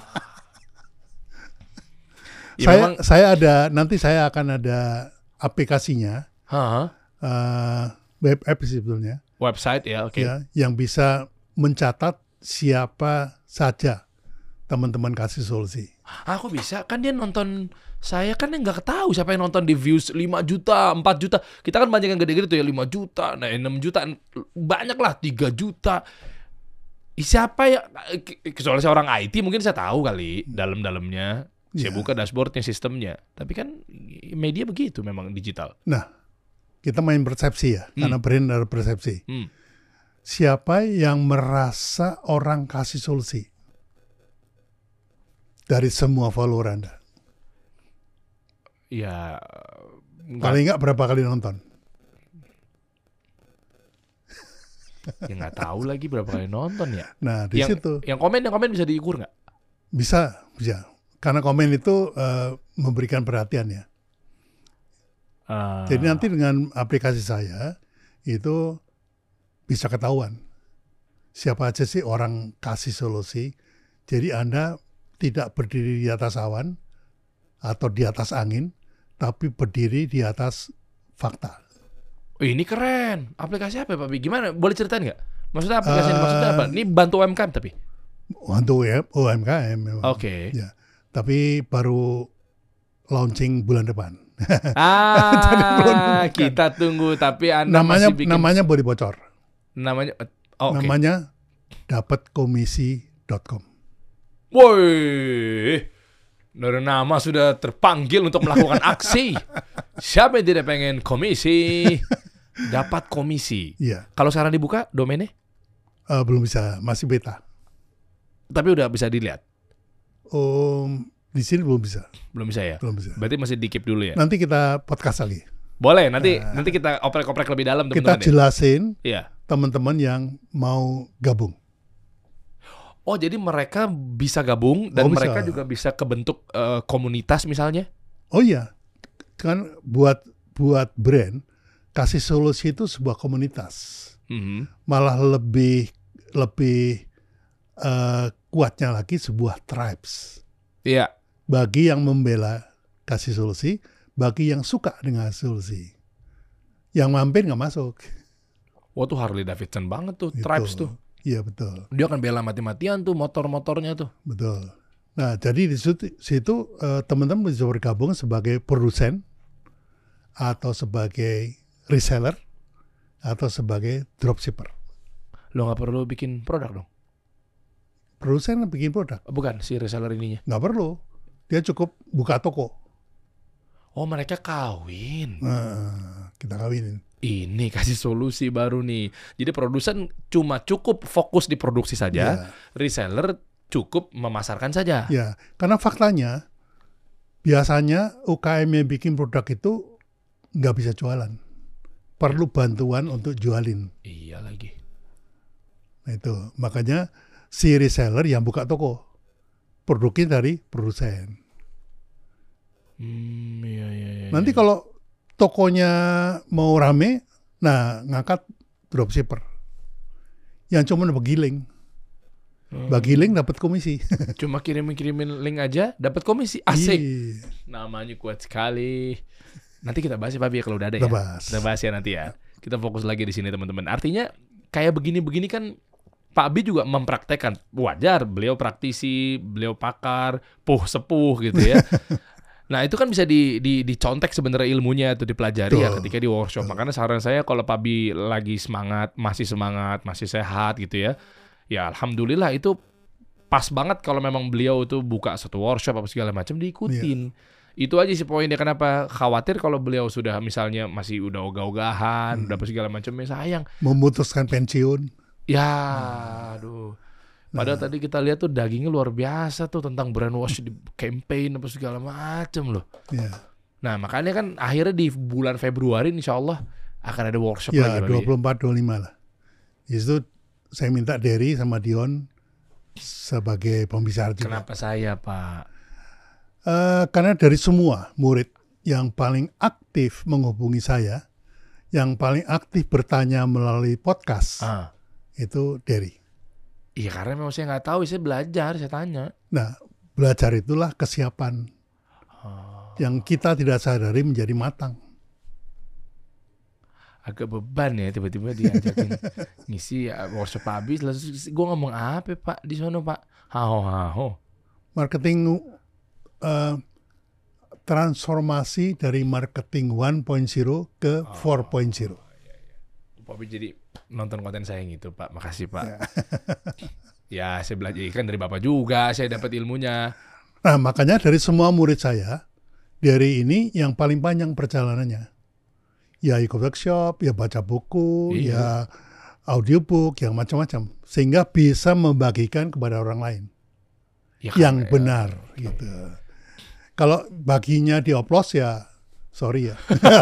Ya, saya akan ada aplikasinya. Web app sebetulnya. Website ya, oke. Ya, yang bisa mencatat siapa saja teman-teman kasih solusi. Aku bisa, kan dia nonton saya kan nggak tahu siapa yang nonton di views 5 juta, 4 juta. Kita kan banyak yang gede-gede tuh ya 5 juta, 6 juta, banyak lah 3 juta. Siapa ya? Soalnya saya orang IT mungkin saya tahu kali dalam-dalamnya. Saya buka dashboardnya, sistemnya. Tapi kan media begitu memang digital. Nah, kita main persepsi ya, karena brand ada persepsi. Siapa yang merasa orang kasih solusi dari semua follower Anda? Ya, paling nggak berapa kali nonton? Ya nggak tahu lagi berapa kali nonton ya. Nah di situ. Yang komen bisa diukur nggak? Bisa. Karena komen itu memberikan perhatian ya. Jadi nanti dengan aplikasi saya itu bisa ketahuan siapa aja sih orang kasih solusi. Jadi Anda tidak berdiri di atas awan atau di atas angin, tapi berdiri di atas fakta. Ini keren. Aplikasi apa Pak? Gimana? Boleh ceritain nggak? Maksudnya aplikasi maksudnya apa? Ini bantu UMKM tapi? Bantu UMKM memang. Oke. Ya. Tapi baru launching bulan depan. Kita tunggu. Tapi Anda masih bikin... Namanya boleh bocor. Namanya dapatkomisi.com. Woi, dari nama sudah terpanggil untuk melakukan aksi. Siapa yang tidak pengen komisi? Dapat komisi. Iya. Kalau sekarang dibuka domainnya? Belum bisa, masih beta. Tapi udah bisa dilihat. Di sini belum bisa. Belum bisa ya? Belum bisa. Berarti masih di-keep dulu ya? Nanti kita podcast lagi. Boleh, nanti kita oprek-oprek lebih dalam teman-teman. Kita jelasin ya. Teman-teman yang mau gabung. Oh, jadi mereka bisa gabung dan mereka juga bisa kebentuk komunitas misalnya? Oh iya. Kan buat brand kasih solusi itu sebuah komunitas. Malah lebih kuatnya lagi sebuah tribes. Iya. Bagi yang membela kasih solusi, bagi yang suka dengan solusi. Yang mampir nggak masuk. Wah, tuh Harley Davidson banget tuh, gitu. Tribes tuh. Iya betul. Dia akan bela mati-matian tuh motor-motornya tuh. Betul. Nah, jadi di situ teman-teman bisa bergabung sebagai produsen atau sebagai reseller atau sebagai dropshipper. Lo nggak perlu bikin produk dong? Produsen bikin produk. Bukan, si reseller ininya. Nggak perlu. Dia cukup buka toko. Oh, mereka kawin. Nah, kita kawinin. Ini kasih solusi baru nih. Jadi produsen cuma cukup fokus di produksi saja. Reseller cukup memasarkan saja. Ya, karena faktanya biasanya UKM yang bikin produk itu nggak bisa jualan. Perlu bantuan untuk jualin. Iya lagi. Nah itu, makanya si reseller yang buka toko. Produknya dari produsen. Iya. Nanti kalau tokonya mau rame, Nah, ngangkat dropshipper yang cuma begiling. Bagiling dapat komisi. Cuma kirimin link aja dapat komisi. Asik. Iya. Namanya kuat sekali. Nanti kita bahas ya Pak ya kalau udah ada ya. Kita bahas ya nanti ya. Kita fokus lagi di sini teman-teman. Artinya kayak begini-begini kan Pak Abi juga mempraktekkan. Wajar, beliau praktisi, beliau pakar, sepuh gitu ya. Nah itu kan bisa dicontek sebenarnya ilmunya atau dipelajari ya ketika di workshop. Makanya saran saya kalau Pak Abi lagi semangat, masih sehat gitu ya. Ya alhamdulillah itu pas banget kalau memang beliau tuh buka satu workshop apa segala macam diikutin. Itu aja sih poinnya, kenapa khawatir kalau beliau sudah misalnya masih udah ogah-ogahan, udah apa segala macamnya, sayang. Memutuskan pensiun. Ya, aduh. Padahal tadi kita lihat tuh dagingnya luar biasa tuh tentang brainwash di campaign apa segala macam loh. Nah makanya kan akhirnya di bulan Februari insya Allah akan ada workshop lagi. Ya 24-25 lah. Itu saya minta Derry sama Dion sebagai pembicara juga. Kenapa saya Pak? Karena dari semua murid yang paling aktif menghubungi saya, yang paling aktif bertanya melalui podcast, itu Derry. Iya karena memang saya nggak tahu, saya belajar, saya tanya. Nah belajar itulah kesiapan yang kita tidak sadari menjadi matang. Agak beban ya tiba-tiba diajakin ngisi workshop habis, lalu gue ngomong apa Pak di sana Pak? Haho. Marketing transformasi dari marketing 1.0 ke 4.0. Pak Abi jadi nonton konten saya gitu Pak, makasih Pak. Ya saya belajar kan dari Bapak juga, saya dapat ilmunya. Nah makanya dari semua murid saya, dari ini yang paling panjang perjalanannya. Ya ikut workshop, ya baca buku, ya audiobook, yang macam-macam. Sehingga bisa membagikan kepada orang lain. Ya, yang benar gitu. Kalau baginya dioplos ya, sorry ya.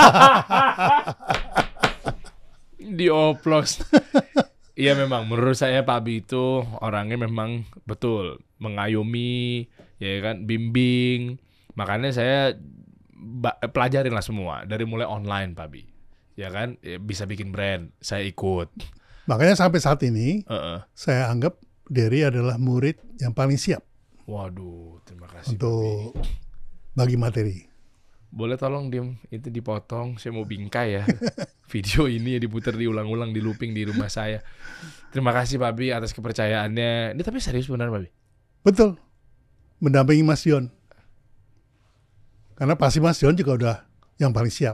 Dioplos. Iya memang, menurut saya Pak Abi itu orangnya memang betul mengayomi, ya kan, bimbing. Makanya saya pelajarin lah semua dari mulai online Pak Abi. Ya kan, bisa bikin brand, saya ikut. Makanya sampai saat ini saya anggap Derry adalah murid yang paling siap. Waduh, terima kasih untuk bagi materi. Boleh tolong itu dipotong, saya mau bingkai ya. Video ini ya diputar diulang-ulang, di looping di rumah saya. Terima kasih Pak Abi atas kepercayaannya. Ini tapi serius benar Pak Abi? Betul, mendampingi Mas Dion. Karena pasti Mas Dion juga udah yang paling siap.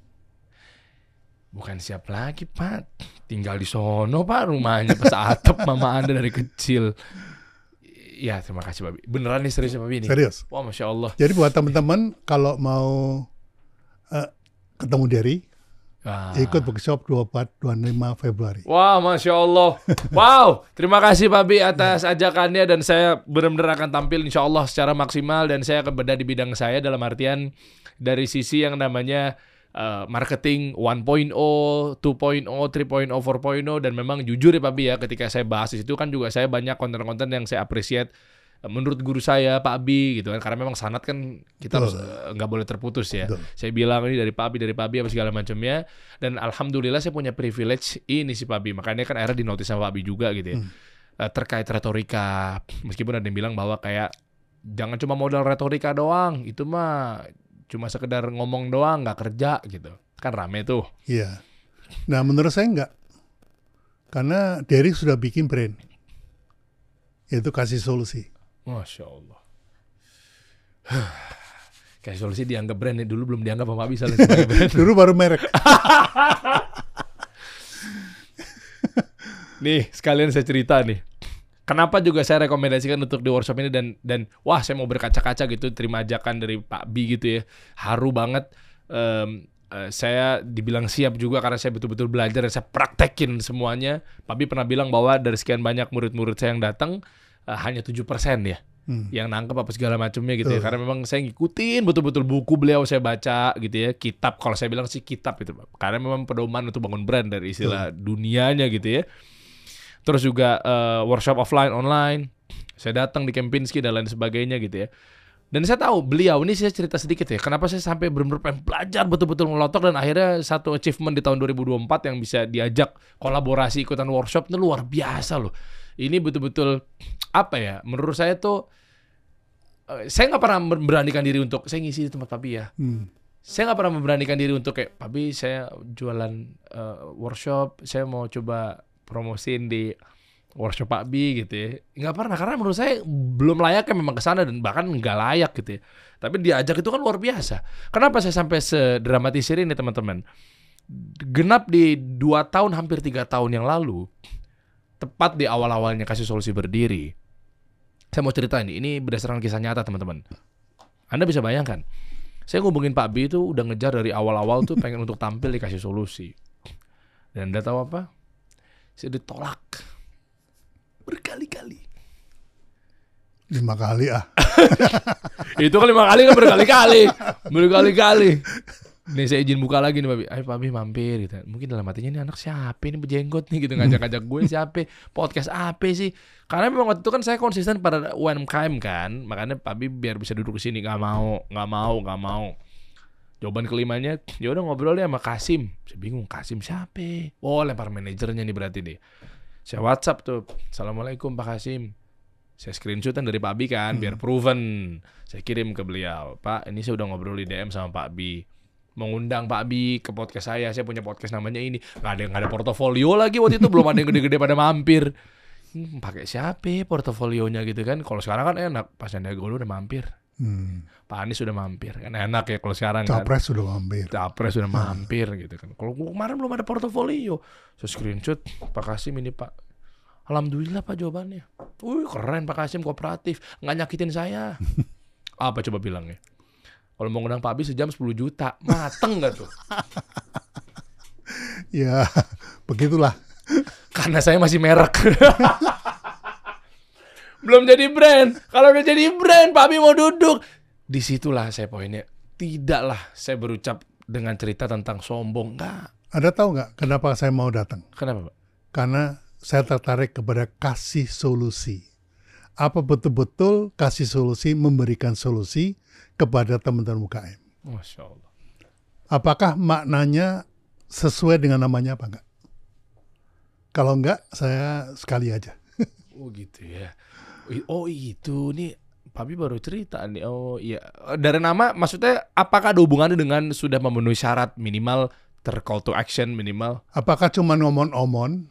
Bukan siap lagi Pak, tinggal di sono Pak, rumahnya pas atap mama Anda dari kecil. Ya terima kasih Pak Abi. Beneran nih serius Pak Abi ini? Serius. Wah Masya Allah. Jadi buat teman-teman kalau mau ketemu Derry, ikut workshop 24-25 Februari. Wah Masya Allah. Wow, terima kasih Pak Abi atas ajakannya, dan saya benar-benar akan tampil insya Allah secara maksimal, dan saya akan bedah di bidang saya dalam artian dari sisi yang namanya marketing 1.0, 2.0, 3.0, 4.0, dan memang jujur ya Pak Abi ya, ketika saya bahas di situ kan juga saya banyak konten-konten yang saya appreciate menurut guru saya Pak Abi gitu kan, karena memang sanad kan kita harus nggak boleh terputus ya. Saya bilang ini dari Pak Abi apa segala macamnya, dan alhamdulillah saya punya privilege ini sih Pak Abi, makanya kan akhirnya dinotis sama Pak Abi juga gitu ya. Terkait retorika, meskipun ada yang bilang bahwa kayak jangan cuma modal retorika doang, itu mah cuma sekedar ngomong doang, nggak kerja gitu. Kan rame tuh. Iya. Nah menurut saya enggak. Karena Derry sudah bikin brand. Yaitu Kasih Solusi. Masya Allah. Kasih Solusi dianggap brand nih. Dulu belum dianggap sama bisa sebagai brand. Dulu baru merek. Nih sekalian saya cerita nih. Kenapa juga saya rekomendasikan untuk di workshop ini, dan wah saya mau berkaca-kaca gitu terima ajakan dari Pak Bi gitu ya. Haru banget. Saya dibilang siap juga karena saya betul-betul belajar dan saya praktekin semuanya. Pak Bi pernah bilang bahwa dari sekian banyak murid-murid saya yang datang hanya 7% ya yang nangkep apa segala macamnya gitu ya. Karena memang saya ngikutin betul-betul buku beliau, saya baca gitu ya. Kitab, kalau saya bilang sih kitab itu Pak. Karena memang pedoman untuk bangun brand dari istilah dunianya gitu ya. Terus juga workshop offline, online. Saya datang di Kempinski dan lain sebagainya gitu ya. Dan saya tahu beliau, ini saya cerita sedikit ya, kenapa saya sampai benar-benar pengen belajar betul-betul ngelotok, dan akhirnya satu achievement di tahun 2024 yang bisa diajak kolaborasi ikutan workshop itu luar biasa loh. Ini betul-betul apa ya, menurut saya tuh, saya nggak pernah memberanikan diri untuk saya ngisi di tempat Pabi ya. Saya nggak pernah memberanikan diri untuk kayak Pabi saya jualan workshop, saya mau coba promosiin di workshop Pak B gitu ya. Nggak pernah, karena menurut saya belum layaknya memang ke sana, dan bahkan nggak layak gitu ya. Tapi diajak itu kan luar biasa. Kenapa saya sampai sedramatisir ini teman-teman? Genap di 2 tahun, hampir 3 tahun yang lalu, tepat di awal-awalnya Kasih Solusi berdiri, saya mau cerita ini berdasarkan kisah nyata teman-teman. Anda bisa bayangkan, saya ngubungin Pak B itu udah ngejar dari awal-awal tuh pengen untuk tampil di Kasih Solusi. Dan Anda tahu apa? Saya ditolak berkali-kali. 5 kali Itu kan 5 kali kan berkali-kali. Nih saya izin buka lagi nih Pabi. Ayo Pabi mampir gitu. Mungkin dalam hatinya nih anak siapa ini berjenggot nih gitu, ngajak-ngajak gue siapa, podcast apa sih? Karena memang waktu itu kan saya konsisten pada UMKM kan, makanya Pabi biar bisa duduk di sini. Nggak mau. Jawaban kelimanya, ya udah ngobrol ya sama Kasim. Saya bingung, Kasim siapa? Oh, lempar manajernya nih berarti nih. Saya WhatsApp tuh, Assalamualaikum Pak Kasim. Saya screenshotan dari Pak Bi kan, biar proven. Saya kirim ke beliau, Pak, ini saya udah ngobrol di DM sama Pak Bi, mengundang Pak Bi ke podcast saya punya podcast namanya ini. Nggak ada portofolio lagi waktu itu, belum ada yang gede-gede pada mampir. Pakai siapa portofolionya gitu kan? Kalau sekarang kan enak, Pak Sandiaga Uno udah mampir. Pak Anies sudah mampir, kan enak ya kalau sekarang Capres kan. Capres sudah mampir gitu kan. Kalau kemarin belum ada portofolio, saya screenshot Pak Kasim ini Pak. Alhamdulillah Pak jawabannya. Keren Pak Kasim, kooperatif, nggak nyakitin saya. Apa coba bilangnya? Kalau mau ngundang Pak Abi sejam 10 juta, mateng nggak tuh? Ya begitulah. Karena saya masih merek. Belum jadi brand. Kalau udah jadi brand, Pak Abi mau duduk. Disitulah saya poinnya. Tidaklah saya berucap dengan cerita tentang sombong. Enggak. Anda tahu nggak kenapa saya mau datang? Kenapa Pak? Karena saya tertarik kepada Kasih Solusi. Apa betul-betul Kasih Solusi memberikan solusi kepada teman-teman UKM? Masya Allah. Apakah maknanya sesuai dengan namanya apa enggak? Kalau enggak, saya sekali aja. Oh gitu ya. Oh itu nih Papi baru cerita nih. Oh iya, dari nama maksudnya apakah ada hubungannya dengan sudah memenuhi syarat minimal call to action minimal? Apakah cuma ngomong-ngomong?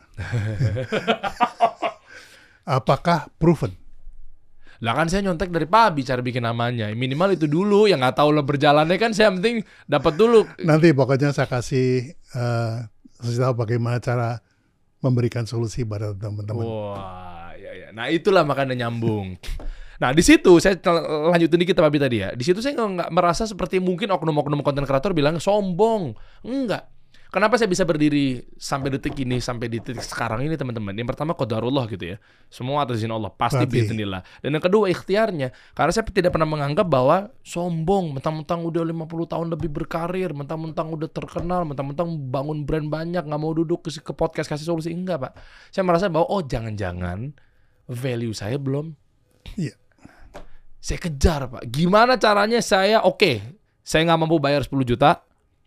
Apakah proven? Lah kan saya nyontek dari Papi cara bikin namanya. Minimal itu dulu, yang nggak tahu lo berjalannya kan saya penting dapat dulu. Nanti pokoknya saya kasih tahu bagaimana cara memberikan solusi pada teman-teman. Wah, ya. Nah itulah makanya nyambung. Nah di situ saya lanjutin dikit Papi tadi ya. Di situ saya nggak merasa seperti mungkin oknum-oknum konten kreator bilang sombong. Enggak. Kenapa saya bisa berdiri sampai detik ini, sampai di titik sekarang ini teman-teman? Yang pertama qadarullah gitu ya. Semua atas izin Allah, pasti biidznillah. Dan yang kedua ikhtiarnya. Karena saya tidak pernah menganggap bahwa sombong, mentang-mentang udah 50 tahun lebih berkarir, mentang-mentang udah terkenal, mentang-mentang bangun brand banyak, nggak mau duduk ke podcast Kasih Solusi. Enggak Pak. Saya merasa bahwa jangan-jangan value saya belum. Iya. Saya kejar Pak. Gimana caranya saya saya nggak mampu bayar 10 juta.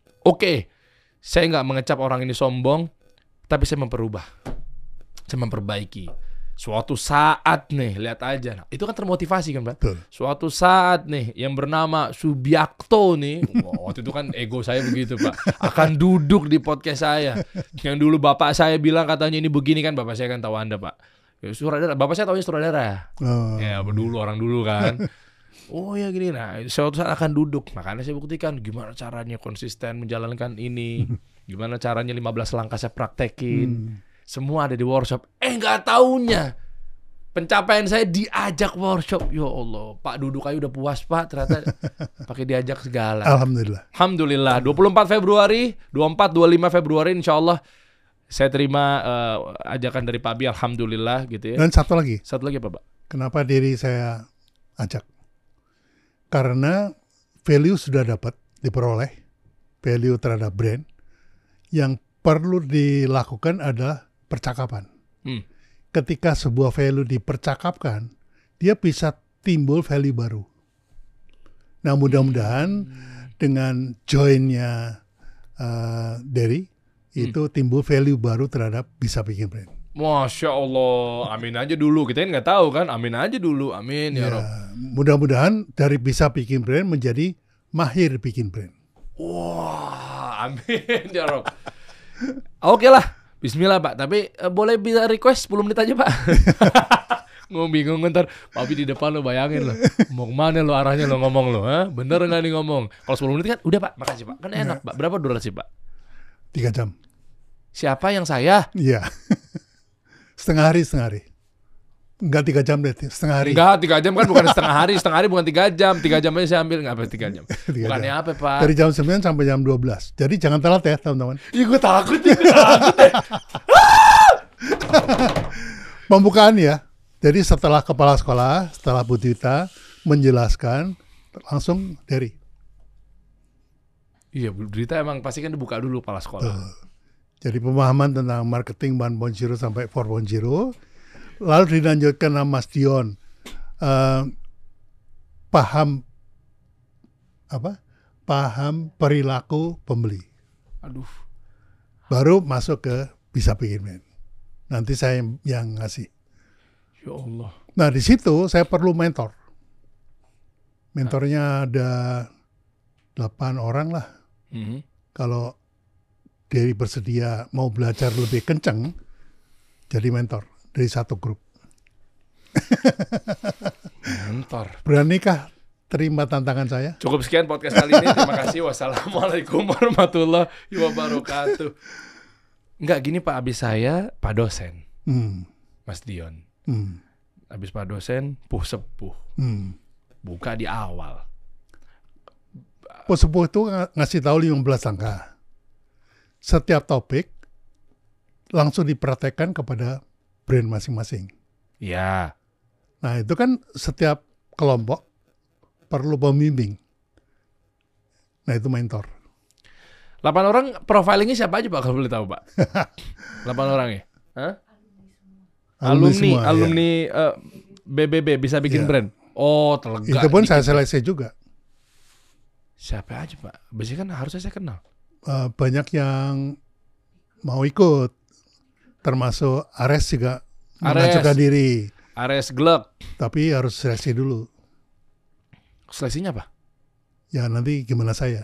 Saya nggak mengecap orang ini sombong, tapi saya memperubah, saya memperbaiki. Suatu saat nih, lihat aja, nah, itu kan termotivasi kan, Pak. Suatu saat nih, yang bernama Subiakto nih, waktu itu kan ego saya begitu, Pak, akan duduk di podcast saya. Yang dulu bapak saya bilang katanya ini begini kan, bapak saya kan tahu Anda, Pak. Ya, sutradara, bapak saya tahunya sutradara. Ya, orang dulu kan. Oh ya gini, nah suatu saat akan duduk. Makanya saya buktikan gimana caranya konsisten menjalankan ini, gimana caranya 15 langkah saya praktekin. Semua ada di workshop. Nggak taunya pencapaian saya diajak workshop. Ya Allah, Pak duduk aja udah puas Pak, ternyata pakai diajak segala. Alhamdulillah 24 Februari 24-25 Februari insya Allah saya terima ajakan dari Pak Bi, alhamdulillah gitu ya. Dan satu lagi apa Pak? Kenapa diri saya ajak? Karena value sudah dapat diperoleh, value terhadap brand. Yang perlu dilakukan adalah percakapan. Ketika sebuah value dipercakapkan, dia bisa timbul value baru. Nah mudah-mudahan dengan joinnya Derry itu timbul value baru terhadap Bisa Bikin Brand. Masya Allah, amin aja dulu. Kita kan nggak tahu kan, amin aja dulu, amin ya Rob. Mudah-mudahan dari Bisa Bikin Brand menjadi Mahir Bikin Brand. Wah, amin ya Rob. Oke lah, Bismillah Pak. Tapi boleh bisa request 10 menit aja Pak. Bingung ntar Papi di depan lo, bayangin lo mau kemana lo arahnya lo ngomong lo, bener nggak nih ngomong? Kalau 10 menit kan udah Pak, makasih Pak, kan enak Pak. Berapa durasi Pak? 3 jam. Siapa yang saya? Iya. setengah hari. Enggak 3 jam deh, setengah hari. Enggak, 3 jam kan bukan setengah hari bukan 3 jam. 3 jam aja saya ambil, nggak apa 3 jam. Bukannya jam. apa Pak? Dari jam 9 sampai jam 12. Jadi jangan telat ya teman-teman. Ih gue takut ya. Pembukaan ya. Jadi setelah kepala sekolah, setelah Bu Dwita menjelaskan, langsung Derry. Iya, Bu Dwita emang pasti kan dibuka dulu kepala sekolah. Jadi pemahaman tentang marketing 1.0 sampai 4.0. Lalu dilanjutkan sama Mas Dion. Paham perilaku pembeli. Aduh. Baru masuk ke Bisa Bikin Brand. Nanti saya yang ngasih. Ya Allah. Nah di situ saya perlu mentor. Mentornya ada 8 orang lah. Kalau Derry bersedia mau belajar lebih kenceng, jadi mentor dari satu grup. Mentor. Beranikah terima tantangan saya? Cukup sekian podcast kali ini. Terima kasih. Wassalamualaikum warahmatullahi wabarakatuh. Enggak gini Pak, abis saya Pak dosen, Mas Dion. Habis Pak dosen, sepuh. Buka di awal. Sepuh itu ngasih tahu 15 angka. Setiap topik langsung dipraktekkan kepada brand masing-masing. Ya. Nah itu kan setiap kelompok perlu pembimbing. Nah itu mentor. 8 orang profilingnya siapa aja Pak kalau boleh tahu Pak? 8 orang ya? Hah? Alumni BBB Bisa Bikin Brand. Oh, telega. Itu pun saya seleksi juga. Siapa aja Pak? Biasanya kan harusnya saya kenal. Banyak yang mau ikut, termasuk Ares juga mengajukan diri. Ares Glek. Tapi harus seleksi dulu. Seleksinya apa? Ya nanti gimana saya.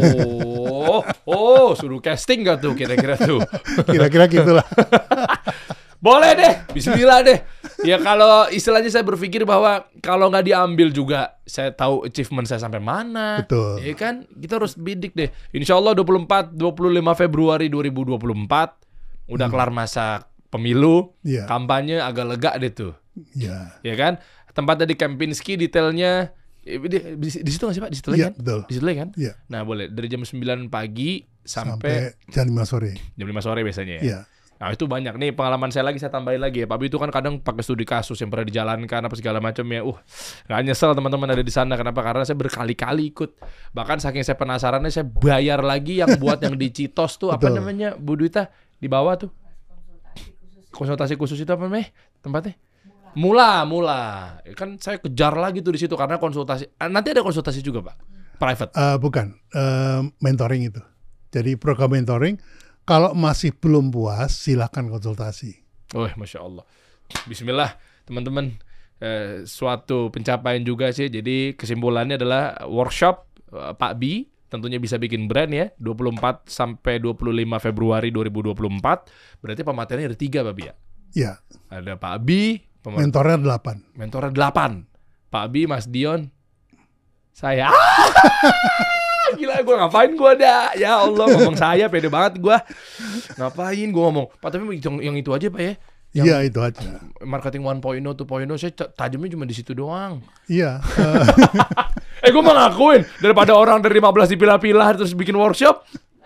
Suruh casting gak tuh kira-kira tuh? Kira-kira gitulah. Boleh deh, bismillah deh. Ya kalau istilahnya saya berpikir bahwa kalau nggak diambil juga saya tahu achievement saya sampai mana. Betul. Ya kan, kita harus bidik deh. Insya Allah 25 Februari 2024 udah kelar masa pemilu, kampanye agak lega deh tuh. Iya. Ya kan? Tempatnya di Kempinski, detailnya di situ nggak sih Pak? Di situ lagi kan? Betul. Di situ lagi kan? Iya. Nah boleh dari jam 9 pagi sampai jam 5 sore. Jam 5 sore biasanya ya. Iya. Nah itu banyak nih pengalaman saya lagi, saya tambahin lagi ya. Pak itu kan kadang pakai studi kasus yang pernah dijalankan apa segala macam ya. Nggak nyesel teman-teman ada di sana. Kenapa? Karena saya berkali-kali ikut. Bahkan saking saya penasarannya saya bayar lagi yang buat yang di Citos tuh apa namanya Bu Dwita di bawah tuh. Konsultasi khusus itu apa namanya tempatnya? Mula. Kan saya kejar lagi tuh di situ karena konsultasi. Nanti ada konsultasi juga Pak. Private. Bukan mentoring itu. Jadi program mentoring. Kalau masih belum puas, silakan konsultasi. Masya Allah. Bismillah, teman-teman. Suatu pencapaian juga sih. Jadi kesimpulannya adalah workshop Pak B, tentunya Bisa Bikin Brand ya. 24 sampai 25 Februari 2024. Berarti pematerinya ada 3 Pak B ya? Iya. Ada Pak B. Mentornya 8. Mentornya 8. Pak B, Mas Dion. Saya. Gila gue ngapain gue dah. Ya Allah ngomong saya pede banget gue. Ngapain gue ngomong Pak tapi yang itu aja Pak ya. Iya itu aja. Marketing 1.0, 2.0 saya tajamnya cuma di situ doang. Iya. Gue mau ngakuin daripada orang dari 15 dipilah-pilah terus bikin workshop.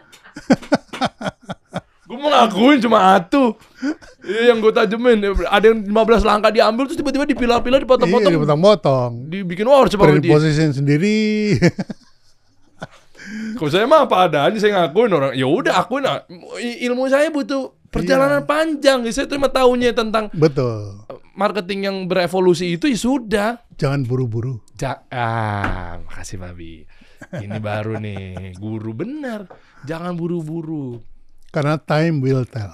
Gue mau ngakuin cuma atu. Iya yang gue tajemin. Ada yang 15 langkah diambil terus tiba-tiba dipilah-pilah dipotong-potong. Iya dipotong-potong. Dibikin workshop sama dia. Posisiin sendiri. Kalau saya mah apa adanya saya ngakuin orang. Ya udah akuin. Ilmu saya butuh perjalanan panjang. Saya terima tahunya tentang marketing yang berevolusi itu ya sudah. Jangan buru-buru. Makasih Babi. Ini baru nih, guru benar. Jangan buru-buru. Karena time will tell.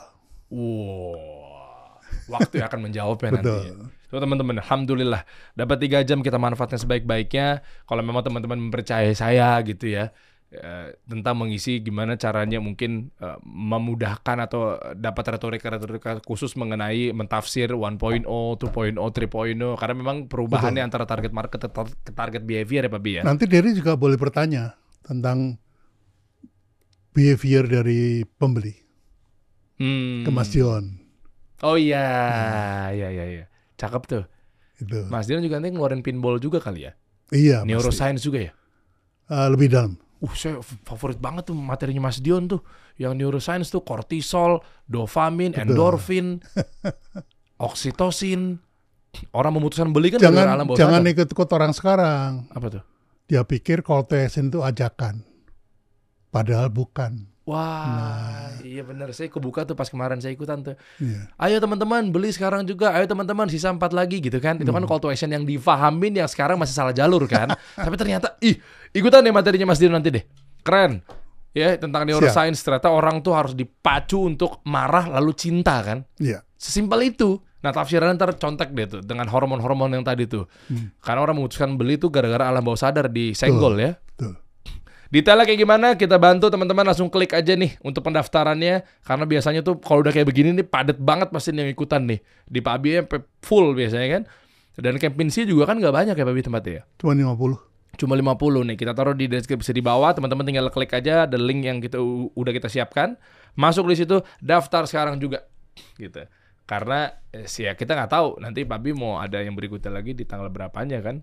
Wow. Waktu yang akan menjawabnya nanti. Betul. So teman-teman, alhamdulillah dapat 3 jam kita manfaatkan sebaik-baiknya. Kalau memang teman-teman mempercayai saya gitu ya, tentang mengisi gimana caranya mungkin memudahkan atau dapat retorika khusus mengenai mentafsir 1.0, 2.0, 3.0 karena memang perubahannya antara target market ke target behavior ya Pak Bi ya. Nanti Derry juga boleh bertanya tentang behavior dari pembeli ke Mas Dion. Oh iya, iya. Cakep tuh. Itu. Mas Dion juga nanti ngeluarin pinball juga kali ya? Iya. Neuroscience juga ya? Lebih dalam. Saya favorit banget tuh materinya Mas Dion tuh. Yang neuroscience tuh kortisol, dopamin, endorfin, oksitosin. Orang memutuskan beli kan dari alam bawah sadar. Jangan ikut-ikut orang sekarang. Apa tuh? Dia pikir call to action itu ajakan. Padahal bukan. Wah, iya benar. Saya kebuka tuh pas kemarin saya ikutan tuh. Iya. Ayo teman-teman beli sekarang juga. Ayo teman-teman sisa 4 lagi gitu kan. Itu kan call to action yang difahamin yang sekarang masih salah jalur kan. Tapi ternyata ikutan deh materinya Mas Dion nanti deh. Keren. Ya, tentang neuroscience. Ternyata orang tuh harus dipacu untuk marah lalu cinta kan. Iya. Sesimpel itu. Nah tafsirannya ntar contek deh tuh dengan hormon-hormon yang tadi tuh. Karena orang memutuskan beli tuh gara-gara alam bawah sadar disenggol ya. Betul. Detailnya kayak gimana kita bantu teman-teman, langsung klik aja nih untuk pendaftarannya. Karena biasanya tuh kalau udah kayak begini nih padat banget pasti yang ikutan nih. Di Pak Abi full biasanya kan. Dan Kempinski juga kan gak banyak ya Pak Abi tempatnya ya. Cuma 50. Cuma 50 nih. Kita taruh di deskripsi di bawah. Teman-teman tinggal klik aja ada link yang udah kita siapkan. Masuk di situ, daftar sekarang juga gitu. Karena ya kita nggak tahu nanti Pak Abi mau ada yang berikutnya lagi di tanggal berapanya kan.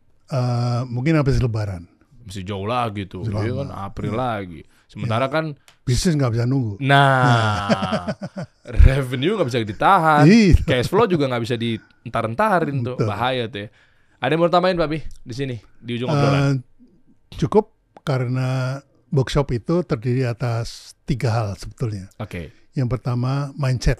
Mungkin habis Lebaran. Mesti jauh lagi tuh, ya kan April lagi. Sementara kan bisnis nggak bisa nunggu. Nah, revenue nggak bisa ditahan, cash flow juga nggak bisa dientar-entarin tuh, bahaya tuh ya. Ada yang mau tambahin Pak Bi di sini di ujung obrolan? Cukup karena workshop itu terdiri atas 3 hal sebetulnya. Oke. Yang pertama mindset.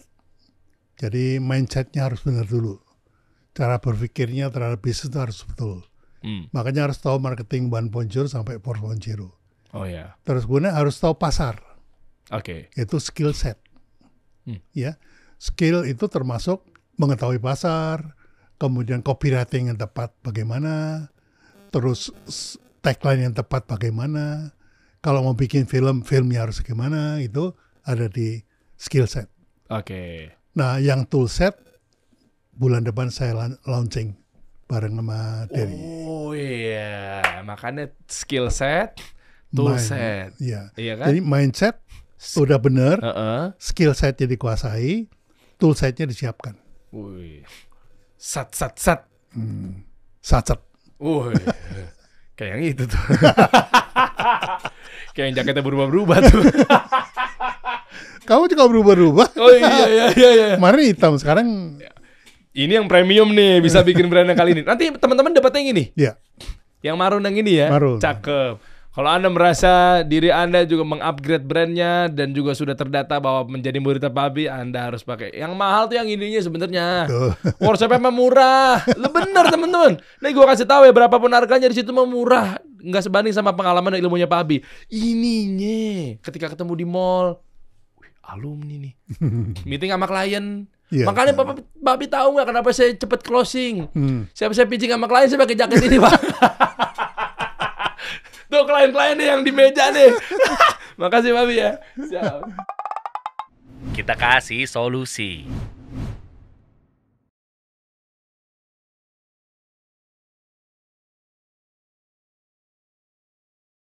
Jadi mindsetnya harus benar dulu. Cara berpikirnya terhadap bisnis itu harus betul. Makanya harus tahu marketing 1.0 sampai 4.0. Oh ya. Terus kemudian harus tahu pasar. Oke. Itu skill set. Ya, skill itu termasuk mengetahui pasar, kemudian copywriting yang tepat bagaimana, terus tagline yang tepat bagaimana. Kalau mau bikin filmnya harus gimana, itu ada di skill set. Oke. Nah, yang tool set bulan depan saya launching bareng sama Derry. Oh iya, makanya skill set, tool set. Iya. Iya kan? Jadi mindset udah bener, skill setnya dikuasai, tool setnya disiapkan. Wih, sat. Sat. Wih, kayak yang itu tuh. Kayak yang jaketnya berubah-berubah tuh. Kamu juga berubah-ubah. Oh iya. Kemarin hitam, sekarang ini yang premium nih, bisa bikin brand yang kali ini. Nanti teman-teman dapatnya yang ini. Iya. Yang marun yang ini ya. Marun. Cakep. Kalau Anda merasa diri Anda juga mengupgrade brandnya dan juga sudah terdata bahwa menjadi murid Pak Abi, Anda harus pakai. Yang mahal tuh yang ininya sebenarnya. Workshopnya mah murah. Lu bener teman-teman. Nih gue kasih tahu ya, berapapun harganya di situ mah murah. Nggak sebanding sama pengalaman dan ilmunya Pak Abi. Ininya ketika ketemu di mall, alumni nih. Meeting sama klien. Yeah. Makanya Pak Abi tahu nggak kenapa saya cepet closing? Saya pitching sama klien saya pakai jaket ini Pak. Tuh klien-klien nih yang di meja nih. Makasih Pak Abi ya. Siap. Kita kasih solusi.